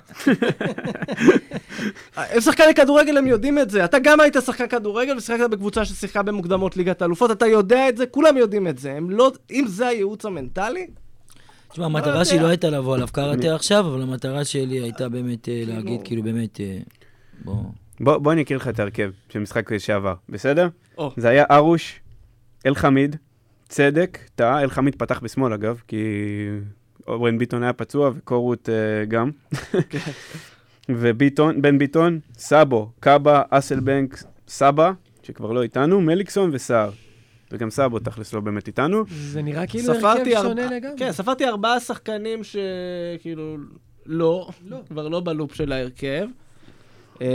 הם שחקני כדורגל, הם יודעים את זה. אתה גם היית שחקן כדורגל ושיחקת בקבוצה ששיחקה במוקדמות ליגת האלופות, אתה יודע את זה, כולם יודעים את זה. הם לא, אם זה הייעוץ המנטלי... תשמע, המטרה שלי לא הייתה לבוא עליו קראתי עכשיו, אבל המטרה שלי הייתה באמת להגיד, כאילו באמת, בוא... בוא אני אכיר לך את הרכב של משחק שעבר, בסדר? זה היה ארוש, אל חמיד, צדק, טעה, אל חמיד פתח בשמאל אגב, כי אורן ביטון היה פצוע וקורות גם. וביטון, בן ביטון, סאבו, קאבה, אסלבנק, סבא, שכבר לא איתנו, מליקסון וסער. וגם סאבו תכלס לא באמת איתנו. זה נראה כאילו הרכב שונה לגמרי. כן, ספרתי ארבעה שחקנים שכאילו לא, כבר לא בלופ של ההרכב.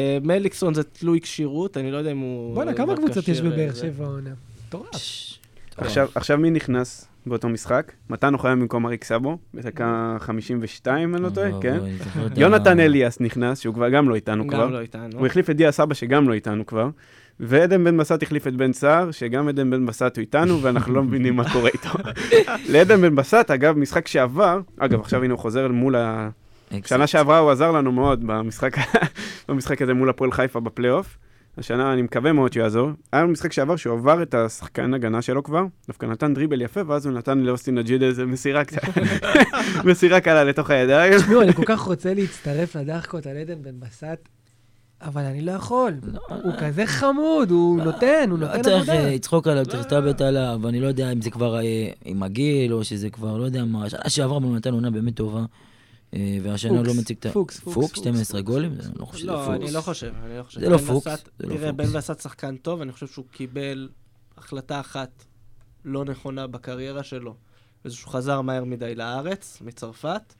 מליקסון זה תלוי קשירות, אני לא יודע אם הוא... בוא'נה, כמה קבוצות יש בבאר שבע עונה? טורף. עכשיו, עכשיו מי נכנס באותו משחק? מתן אוחיון במקום אריק סאבו, בדקה חמישים ושתיים, אני לא טועה, כן? יונתן אליאס נכנס, שהוא כבר גם לא איתנו כבר. גם לא איתנו. הוא החליף את דיה סבא, שגם לא איתנו כבר. ועדן בן בסט החליף את בן סער, שגם עדן בן בסט הוא איתנו, ואנחנו לא מבינים מה קורה איתו. לעדן בן בסט, אגב, משחק שעבר, אגב, עכשיו הנה הוא חוזר מול ה... שנה שעברה הוא עזר לנו מאוד במשחק, במשחק הזה מול הפועל חיפה בפלייאוף. השנה אני מקווה מאוד שיעזור. היה משחק שעבר שהוא עבר את השחקן הגנה שלו כבר, דווקא נתן דריבל יפה, ואז הוא נתן לאוסטין נג'יד איזה מסירה קטנה, מסירה קלה לתוך הידיים. תשמעו, אני כל כך רוצה להצטרף לדחקות על עדן בן בסט, אבל אני לא יכול. הוא כזה חמוד, הוא נותן, הוא נותן עבודה. צריך לצחוק עליו, צריך לטבט עליו, ואני לא יודע אם זה כבר עם הגיל, או שזה כבר, לא יודע מה. השנה שעברה הוא נתן עונה באמת טובה. והשנה לא מציג את... פוקס, פוקס, פוקס, שתים עשרה גולים? אני לא חושב שזה פוקס. לא, אני לא חושב, אני לא חושב. זה לא פוקס. תראה, בן בסט שחקן טוב, אני חושב שהוא קיבל החלטה אחת לא נכונה בקריירה שלו, וזה שהוא חזר מהר מדי לארץ, מצרפת,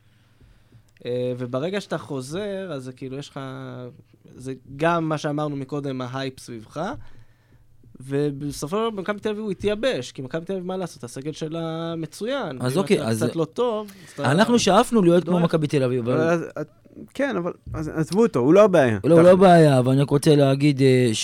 וברגע שאתה חוזר, אז זה כאילו יש לך... זה גם מה שאמרנו מקודם, ההייפ סביבך, ובסופו של דבר, במכבי תל אביב הוא התייבש, כי מכבי תל אביב מה לעשות? הסגל שלה מצוין. אז אוקיי, אז... קצת לא טוב. אנחנו שאפנו להיות כמו מכבי תל אביב. כן, אבל עזבו אותו, הוא לא הבעיה. לא, הוא לא הבעיה, אבל אני רק רוצה להגיד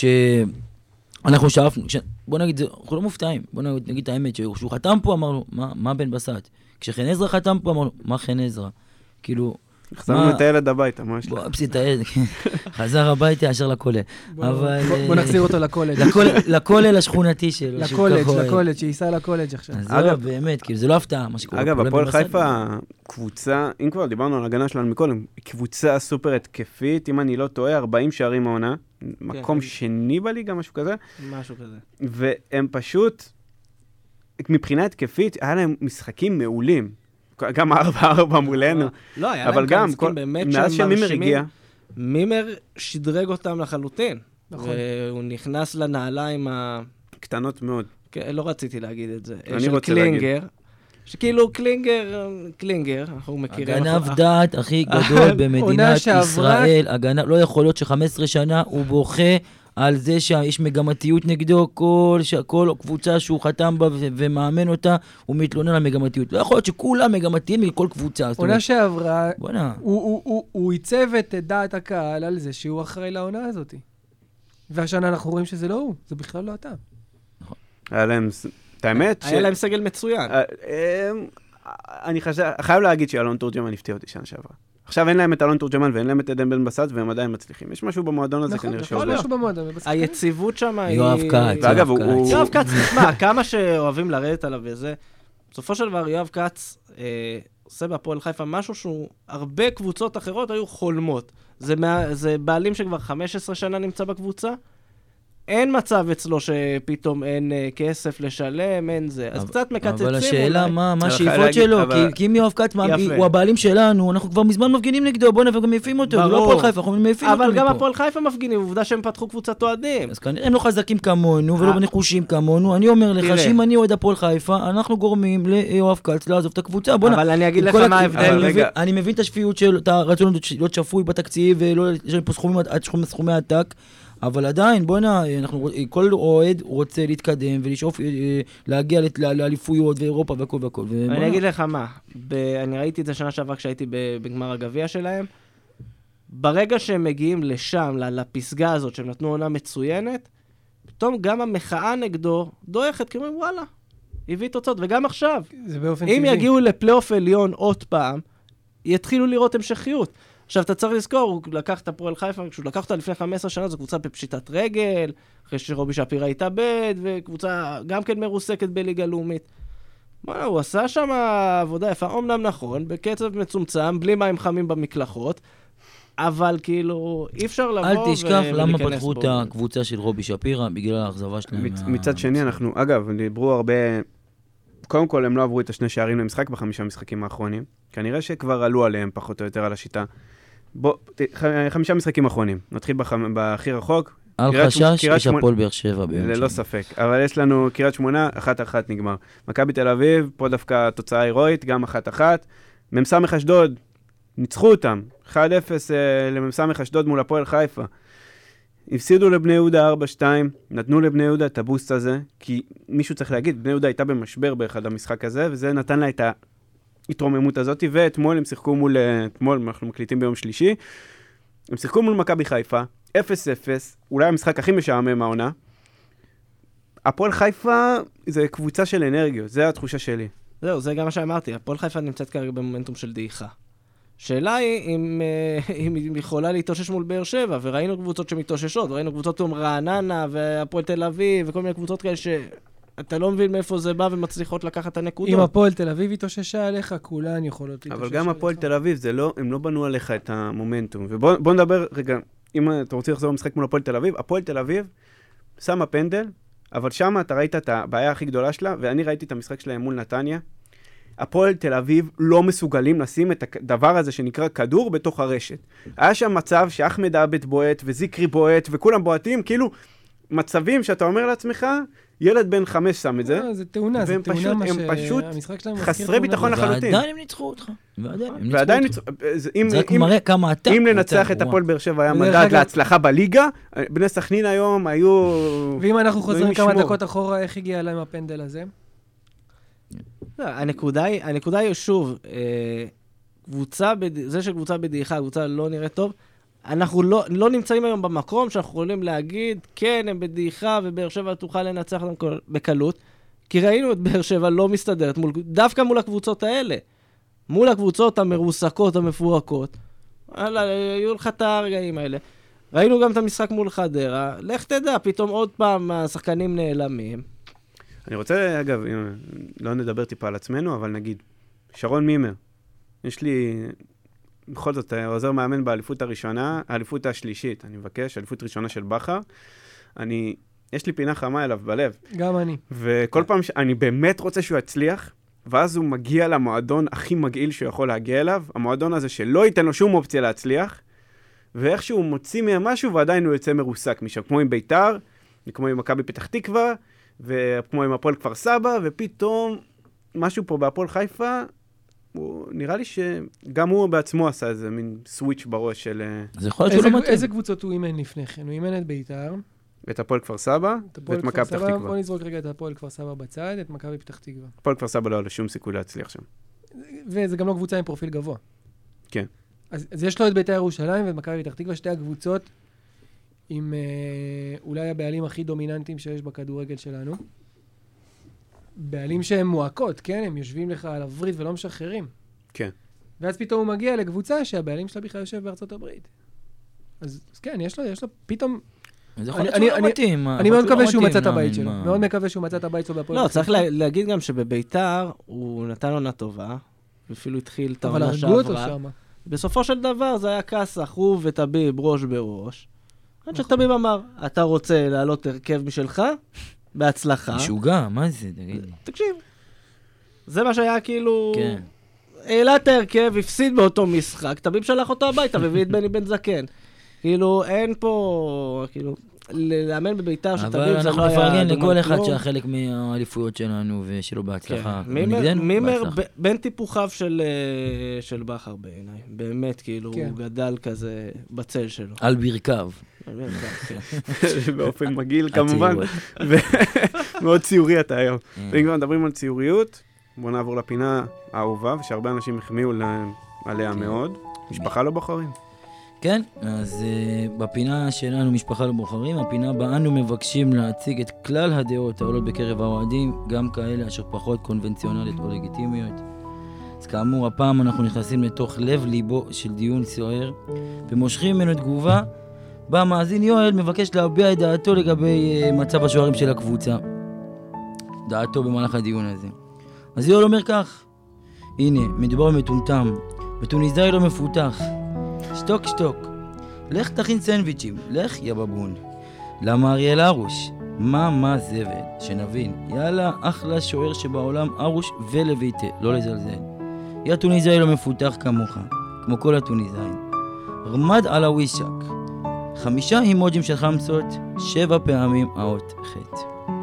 שאנחנו שאפנו, בוא נגיד, אנחנו לא מופתעים, בוא נגיד את האמת, כשהוא חתם פה אמרנו, מה בן בסט? כשחן עזרא חתם פה אמרנו, מה חן עזרא? כאילו... חזרנו את הילד הביתה, מה יש לך? בוא, פסיט הילד, חזר הביתה ישר לכולל. בוא נחזיר אותו לקולג'. לכולל השכונתי שלו. לקולג', לקולג', שייסע לקולג' עכשיו. אגב, באמת, כאילו, זה לא הפתעה מה שקורה. אגב, הפועל חיפה, קבוצה, אם כבר דיברנו על הגנה שלנו מקודם, קבוצה סופר התקפית, אם אני לא טועה, ארבעים שערים העונה, מקום שני בליגה, משהו כזה. משהו כזה. והם פשוט, מבחינה התקפית, היה להם משחקים מעולים. גם ארבע ארבע מולנו. לא, היה להם כאן משחקים באמת שהם מרשימים. מימר שדרג אותם לחלוטין. והוא נכנס לנעליים ה... קטנות מאוד. לא רציתי להגיד את זה. אני רוצה להגיד. שכאילו קלינגר, קלינגר, אנחנו מכירים... הגנב דעת הכי גדול במדינת ישראל. הגנב, לא יכול להיות ש-חמש עשרה שנה הוא בוכה על זה שיש מגמתיות נגדו, כל, כל קבוצה שהוא חתם בה ומאמן אותה, הוא מתלונן על מגמתיות. לא יכול להיות שכולם מגמתיים מכל קבוצה. עונה שעברה, הוא, הוא, הוא, הוא ייצב את דעת הקהל על זה שהוא אחראי לעונה הזאת. והשנה אנחנו רואים שזה לא הוא, זה בכלל לא אתה. היה להם, את האמת היה להם סגל מצוין. אני חייב להגיד שאלון תורג'מן הפתיע אותי שנה שעברה. עכשיו אין להם את אלון תורג'מן ואין להם את עדן בן בסט והם עדיין מצליחים. יש משהו במועדון הזה כנראה שעובד. נכון, משהו במועדון. היציבות שם היא... יואב קץ. ואגב, הוא... יואב קץ, מה, כמה שאוהבים לרדת עליו וזה, בסופו של דבר יואב קץ עושה בהפועל חיפה משהו שהוא הרבה קבוצות אחרות היו חולמות. זה בעלים שכבר חמש עשרה שנה נמצא בקבוצה, אין מצב אצלו שפתאום אין כסף לשלם, אין זה. אז קצת מקצצים. אבל השאלה, מה השאיפות שלו? כי אם יואב קץ הוא הבעלים שלנו, אנחנו כבר מזמן מפגינים נגדו, בוא נפגע מעיפים אותו. לא הפועל חיפה, אנחנו מעיפים אותו מפה. אבל גם מפה. הפועל חיפה מפגינים, עובדה שהם פתחו קבוצת אוהדים. אז כנראה הם לא חזקים כמונו ולא נחושים כמונו. אני אומר לך שאם אני אוהד הפועל חיפה, אנחנו גורמים ליואב קץ לעזוב את הקבוצה. אבל אני אגיד לך מה ההבדל. אני מבין את השפיות שלו, את הרצון להיות שפוי בתקציב ולא יש פה סכומי עתק. אבל עדיין, בוא נה, אנחנו, כל אוהד רוצה להתקדם ולשאוף, להגיע לאליפויות ואירופה והכל והכל. אני אגיד לך מה, אני ראיתי את זה שנה שעברה כשהייתי בגמר הגביע שלהם, ברגע שהם מגיעים לשם, לפסגה הזאת, שהם נתנו עונה מצוינת, פתאום גם המחאה נגדו דועכת, כי אומרים, וואלה, הביא תוצאות, וגם עכשיו, אם יגיעו לפלייאוף עליון עוד פעם, יתחילו לראות המשכיות. עכשיו, אתה צריך לזכור, הוא לקח את הפועל חיפה, כשהוא לקח אותה לפני חמש עשרה שנה, זו קבוצה בפשיטת רגל, אחרי שרובי שפירא התאבד, וקבוצה גם כן מרוסקת בליגה לאומית. מה, הוא עשה שם עבודה יפה, אומנם נכון, בקצב מצומצם, בלי מים חמים במקלחות, אבל כאילו, אי אפשר לבוא אל תשכח למה פתחו את הקבוצה של רובי שפירא, בגלל האכזבה שלהם. מצד שני, אנחנו, אגב, דיברו הרבה... קודם כל, הם לא עברו את השני שערים למשחק בחמישה משחקים האחרונים. כנראה שכבר עלו עליהם פחות או יותר על השיטה. בוא, חמישה משחקים אחרונים. נתחיל בהכי רחוק. אל חשש, יש הפועל באר שבע ביום שני. ללא ספק. אבל יש לנו קריית שמונה, אחת אחת נגמר. מכבי תל אביב, פה דווקא תוצאה הירואית, גם אחת אחת. ממסמך אשדוד, ניצחו אותם. אחד אפס לממסמך אשדוד מול הפועל חיפה. הפסידו לבני יהודה ארבע שתיים, נתנו לבני יהודה את הבוסט הזה, כי מישהו צריך להגיד, בני יהודה הייתה במשבר באחד המשחק הזה, וזה נתן לה את ההתרוממות הזאת, ואתמול הם שיחקו מול, אתמול אנחנו מקליטים ביום שלישי, הם שיחקו מול מכבי חיפה, אפס אפס, אולי המשחק הכי משעמם מהעונה. הפועל חיפה זה קבוצה של אנרגיות, זה התחושה שלי. זהו, זה גם מה שאמרתי, הפועל חיפה נמצאת כרגע במומנטום של דעיכה. שאלה היא אם, אם היא יכולה להתאושש מול באר שבע, וראינו קבוצות שמתאוששות, ראינו קבוצות כמו רעננה והפועל תל אביב, וכל מיני קבוצות כאלה שאתה לא מבין מאיפה זה בא ומצליחות לקחת את הנקודות. אם הפועל תל אביב התאוששה עליך, כולן יכולות להתאושש אבל עליך. גם הפועל תל אביב, זה לא, הם לא בנו עליך את המומנטום. ובוא נדבר, רגע, אם אתה רוצה לחזור למשחק מול הפועל תל אביב, הפועל תל אביב שמה פנדל, אבל שם אתה ראית את הבעיה הכי גדולה שלה, ואני ראיתי את המשחק שלהם מול נתניה. הפועל תל אביב לא מסוגלים לשים את הדבר הזה שנקרא כדור בתוך הרשת. היה שם מצב שאחמד עבד בועט וזיקרי בועט וכולם בועטים, כאילו מצבים שאתה אומר לעצמך, ילד בן חמש שם את זה. זה תאונה, זה תאונה מה שהמשחק שלהם חסרי ביטחון לחלוטין. ועדיין הם ניצחו אותך. ועדיין ניצחו אותך. זה רק מראה כמה אתה... אם לנצח את הפועל באר שבע היה מדד להצלחה בליגה, בני סכנין היום היו... ואם אנחנו חוזרים כמה דקות אחורה, איך הגיע להם הפנדל הזה? הנקודה היא, הנקודה היא שוב, קבוצה, זה שקבוצה בדעיכה, קבוצה לא נראית טוב, אנחנו לא, לא נמצאים היום במקום שאנחנו יכולים להגיד, כן, הם בדעיכה ובאר שבע תוכל לנצח אותם בקלות, כי ראינו את באר שבע לא מסתדרת, מול, דווקא מול הקבוצות האלה, מול הקבוצות המרוסקות, המפורקות, היו לך את הרגעים האלה. ראינו גם את המשחק מול חדרה, לך תדע, פתאום עוד פעם השחקנים נעלמים. אני רוצה, אגב, לא נדבר טיפה על עצמנו, אבל נגיד, שרון מימר, יש לי, בכל זאת, עוזר מאמן באליפות הראשונה, האליפות השלישית, אני מבקש, האליפות ראשונה של בכר, אני, יש לי פינה חמה אליו בלב. גם אני. וכל פעם שאני באמת רוצה שהוא יצליח, ואז הוא מגיע למועדון הכי מגעיל שהוא יכול להגיע אליו, המועדון הזה שלא ייתן לו שום אופציה להצליח, ואיכשהו מוציא מהם משהו, ועדיין הוא יוצא מרוסק משם, כמו עם ביתר, כמו עם מכבי פתח תקווה, וכמו עם הפועל כפר סבא, ופתאום משהו פה בהפועל חיפה, הוא, נראה לי שגם הוא בעצמו עשה איזה מין סוויץ' בראש של... זה יכול להיות שהוא לא מתאים. איזה קבוצות הוא אימן לפני כן? הוא אימן את ביתר. את הפועל כפר סבא, ואת מכבי פתח תקווה. בוא נזרוק רגע את הפועל כפר סבא בצד, את מכבי פתח תקווה. הפועל כפר סבא לא היה לו שום סיכוי להצליח שם. וזה גם לא קבוצה עם פרופיל גבוה. כן. אז, אז יש לו את ביתר ירושלים ואת מכבי פתח תקווה, שתי הקבוצות עם אה, אולי הבעלים הכי דומיננטיים שיש בכדורגל שלנו. בעלים שהם מועקות, כן? הם יושבים לך על הברית ולא משחררים. כן. ואז פתאום הוא מגיע לקבוצה שהבעלים שלה בכלל יושב בארצות הברית. אז, אז כן, יש לו, יש לו פתאום... זה יכול להיות שהוא לא מתאים. אני מאוד מקווה שהוא מצא את הבית שלו. מאוד מקווה שהוא מצא את הבית שלו בהפועל. לא, צריך להגיד גם שבביתר הוא נתן עונה טובה, ואפילו התחיל את העונה שעברה. אבל הרגו אותו שם. בסופו של דבר זה היה כסח, הוא וטביב ראש בראש. עד שטביב אמר, אתה רוצה לעלות הרכב משלך? בהצלחה. משוגע, מה זה? תגיד. תקשיב. זה מה שהיה כאילו... כן. העלה את ההרכב, הפסיד באותו משחק, טביב שלח אותו הביתה והביא את בני בן זקן. כאילו, אין פה... כאילו... לאמן בביתר שטביב זה לא היה... אבל אנחנו נפרגן לכל אחד שהחלק מהאליפויות שלנו ושלו בהצלחה. מימר בין טיפוחיו של בכר בעיניי. באמת, כאילו, הוא גדל כזה בצל שלו. על ברכיו. באופן מגעיל כמובן. מאוד ציורי אתה היום. ואם כבר מדברים על ציוריות, בואו נעבור לפינה האהובה, ושהרבה אנשים החמיאו עליה מאוד. משפחה לא בוחרים. כן, אז uh, בפינה שלנו משפחה לא בוחרים, הפינה בה אנו מבקשים להציג את כלל הדעות העולות בקרב האוהדים, גם כאלה אשר פחות קונבנציונלית או לגיטימיות. אז כאמור, הפעם אנחנו נכנסים לתוך לב ליבו של דיון סוער, ומושכים ממנו תגובה, בה מאזין יואל מבקש להביע את דעתו לגבי uh, מצב השוערים של הקבוצה. דעתו במהלך הדיון הזה. אז יואל אומר כך, הנה, מדובר במטומטם, בטוניסאי לא מפותח, שתוק שתוק, לך תכין סנדוויצ'ים, לך יא בבון. למה אריאל ארוש? מה מה זבל? שנבין, יאללה אחלה שוער שבעולם ארוש ולויטה, לא לזלזל. יא טוניסאי לא מפותח כמוך, כמו כל הטוניסאים. רמד על הווישק, חמישה אימוג'ים של חמסות, שבע פעמים האות חטא.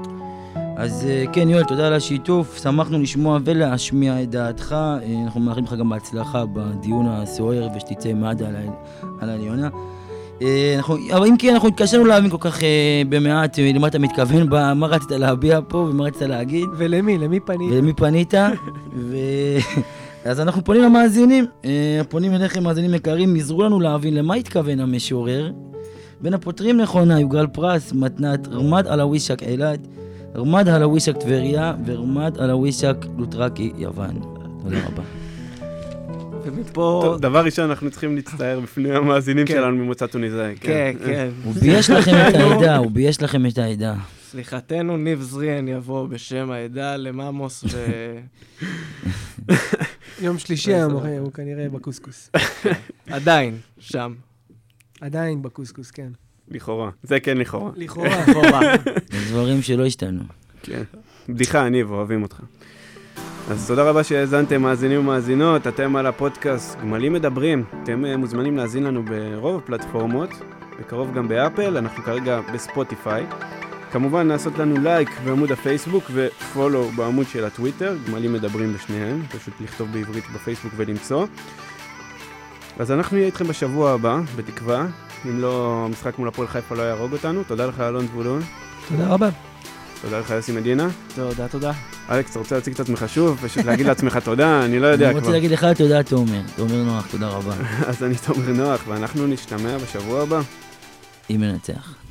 אז כן יואל, תודה על השיתוף, שמחנו לשמוע ולהשמיע את דעתך, אנחנו מאחלים לך גם בהצלחה בדיון הסוער ושתצא מעד על העליונה. אה, אנחנו, אבל אם כי אנחנו התקשרנו להבין כל כך אה, במעט אה, למה אתה מתכוון, ב- מה רצית להביע פה ומה רצית להגיד, ולמי? למי פנית? ולמי פנית, ו... אז אנחנו פונים למאזינים, אה, פונים אליכם מאזינים יקרים, עזרו לנו להבין למה התכוון המשורר. בין הפותרים נכונה, יוגרל פרס, מתנת, רמד על הווישק אילת, רמד על הווישק טבריה, ורמד על הווישק לוטרקי יוון. תודה רבה. ומפה... טוב, דבר ראשון, אנחנו צריכים להצטער בפני המאזינים כן. שלנו ממוצא טוניסאי. כן, כן. הוא בייש לכם את העדה, הוא בייש לכם את העדה. סליחתנו, ניב זריאן יבוא בשם העדה לממוס ו... יום שלישי היום, אחי, הוא כנראה בקוסקוס. עדיין, שם. עדיין בקוסקוס, כן. לכאורה. זה כן לכאורה. לכאורה. אחורה. זה דברים שלא השתנו. כן. בדיחה, ניב, אוהבים אותך. אז תודה רבה שהאזנתם, מאזינים ומאזינות, אתם על הפודקאסט גמלים מדברים. אתם uh, מוזמנים להאזין לנו ברוב הפלטפורמות, בקרוב גם באפל, אנחנו כרגע בספוטיפיי. כמובן לעשות לנו לייק בעמוד הפייסבוק ופולו בעמוד של הטוויטר, גמלים מדברים בשניהם, פשוט לכתוב בעברית בפייסבוק ולמצוא. אז אנחנו נהיה איתכם בשבוע הבא, בתקווה, אם לא המשחק מול הפועל חיפה לא יהרוג אותנו. תודה לך אלון זבולון. תודה רבה. תודה לך יוסי מדינה. תודה, תודה. אלכס, אתה רוצה להציג את עצמך שוב, פשוט להגיד לעצמך תודה, אני לא יודע אני כבר. רוצה להגיד לך תודה תומר, תומר נוח, תודה רבה. אז אני תומר נוח, ואנחנו נשתמע בשבוע הבא. אם מנצח.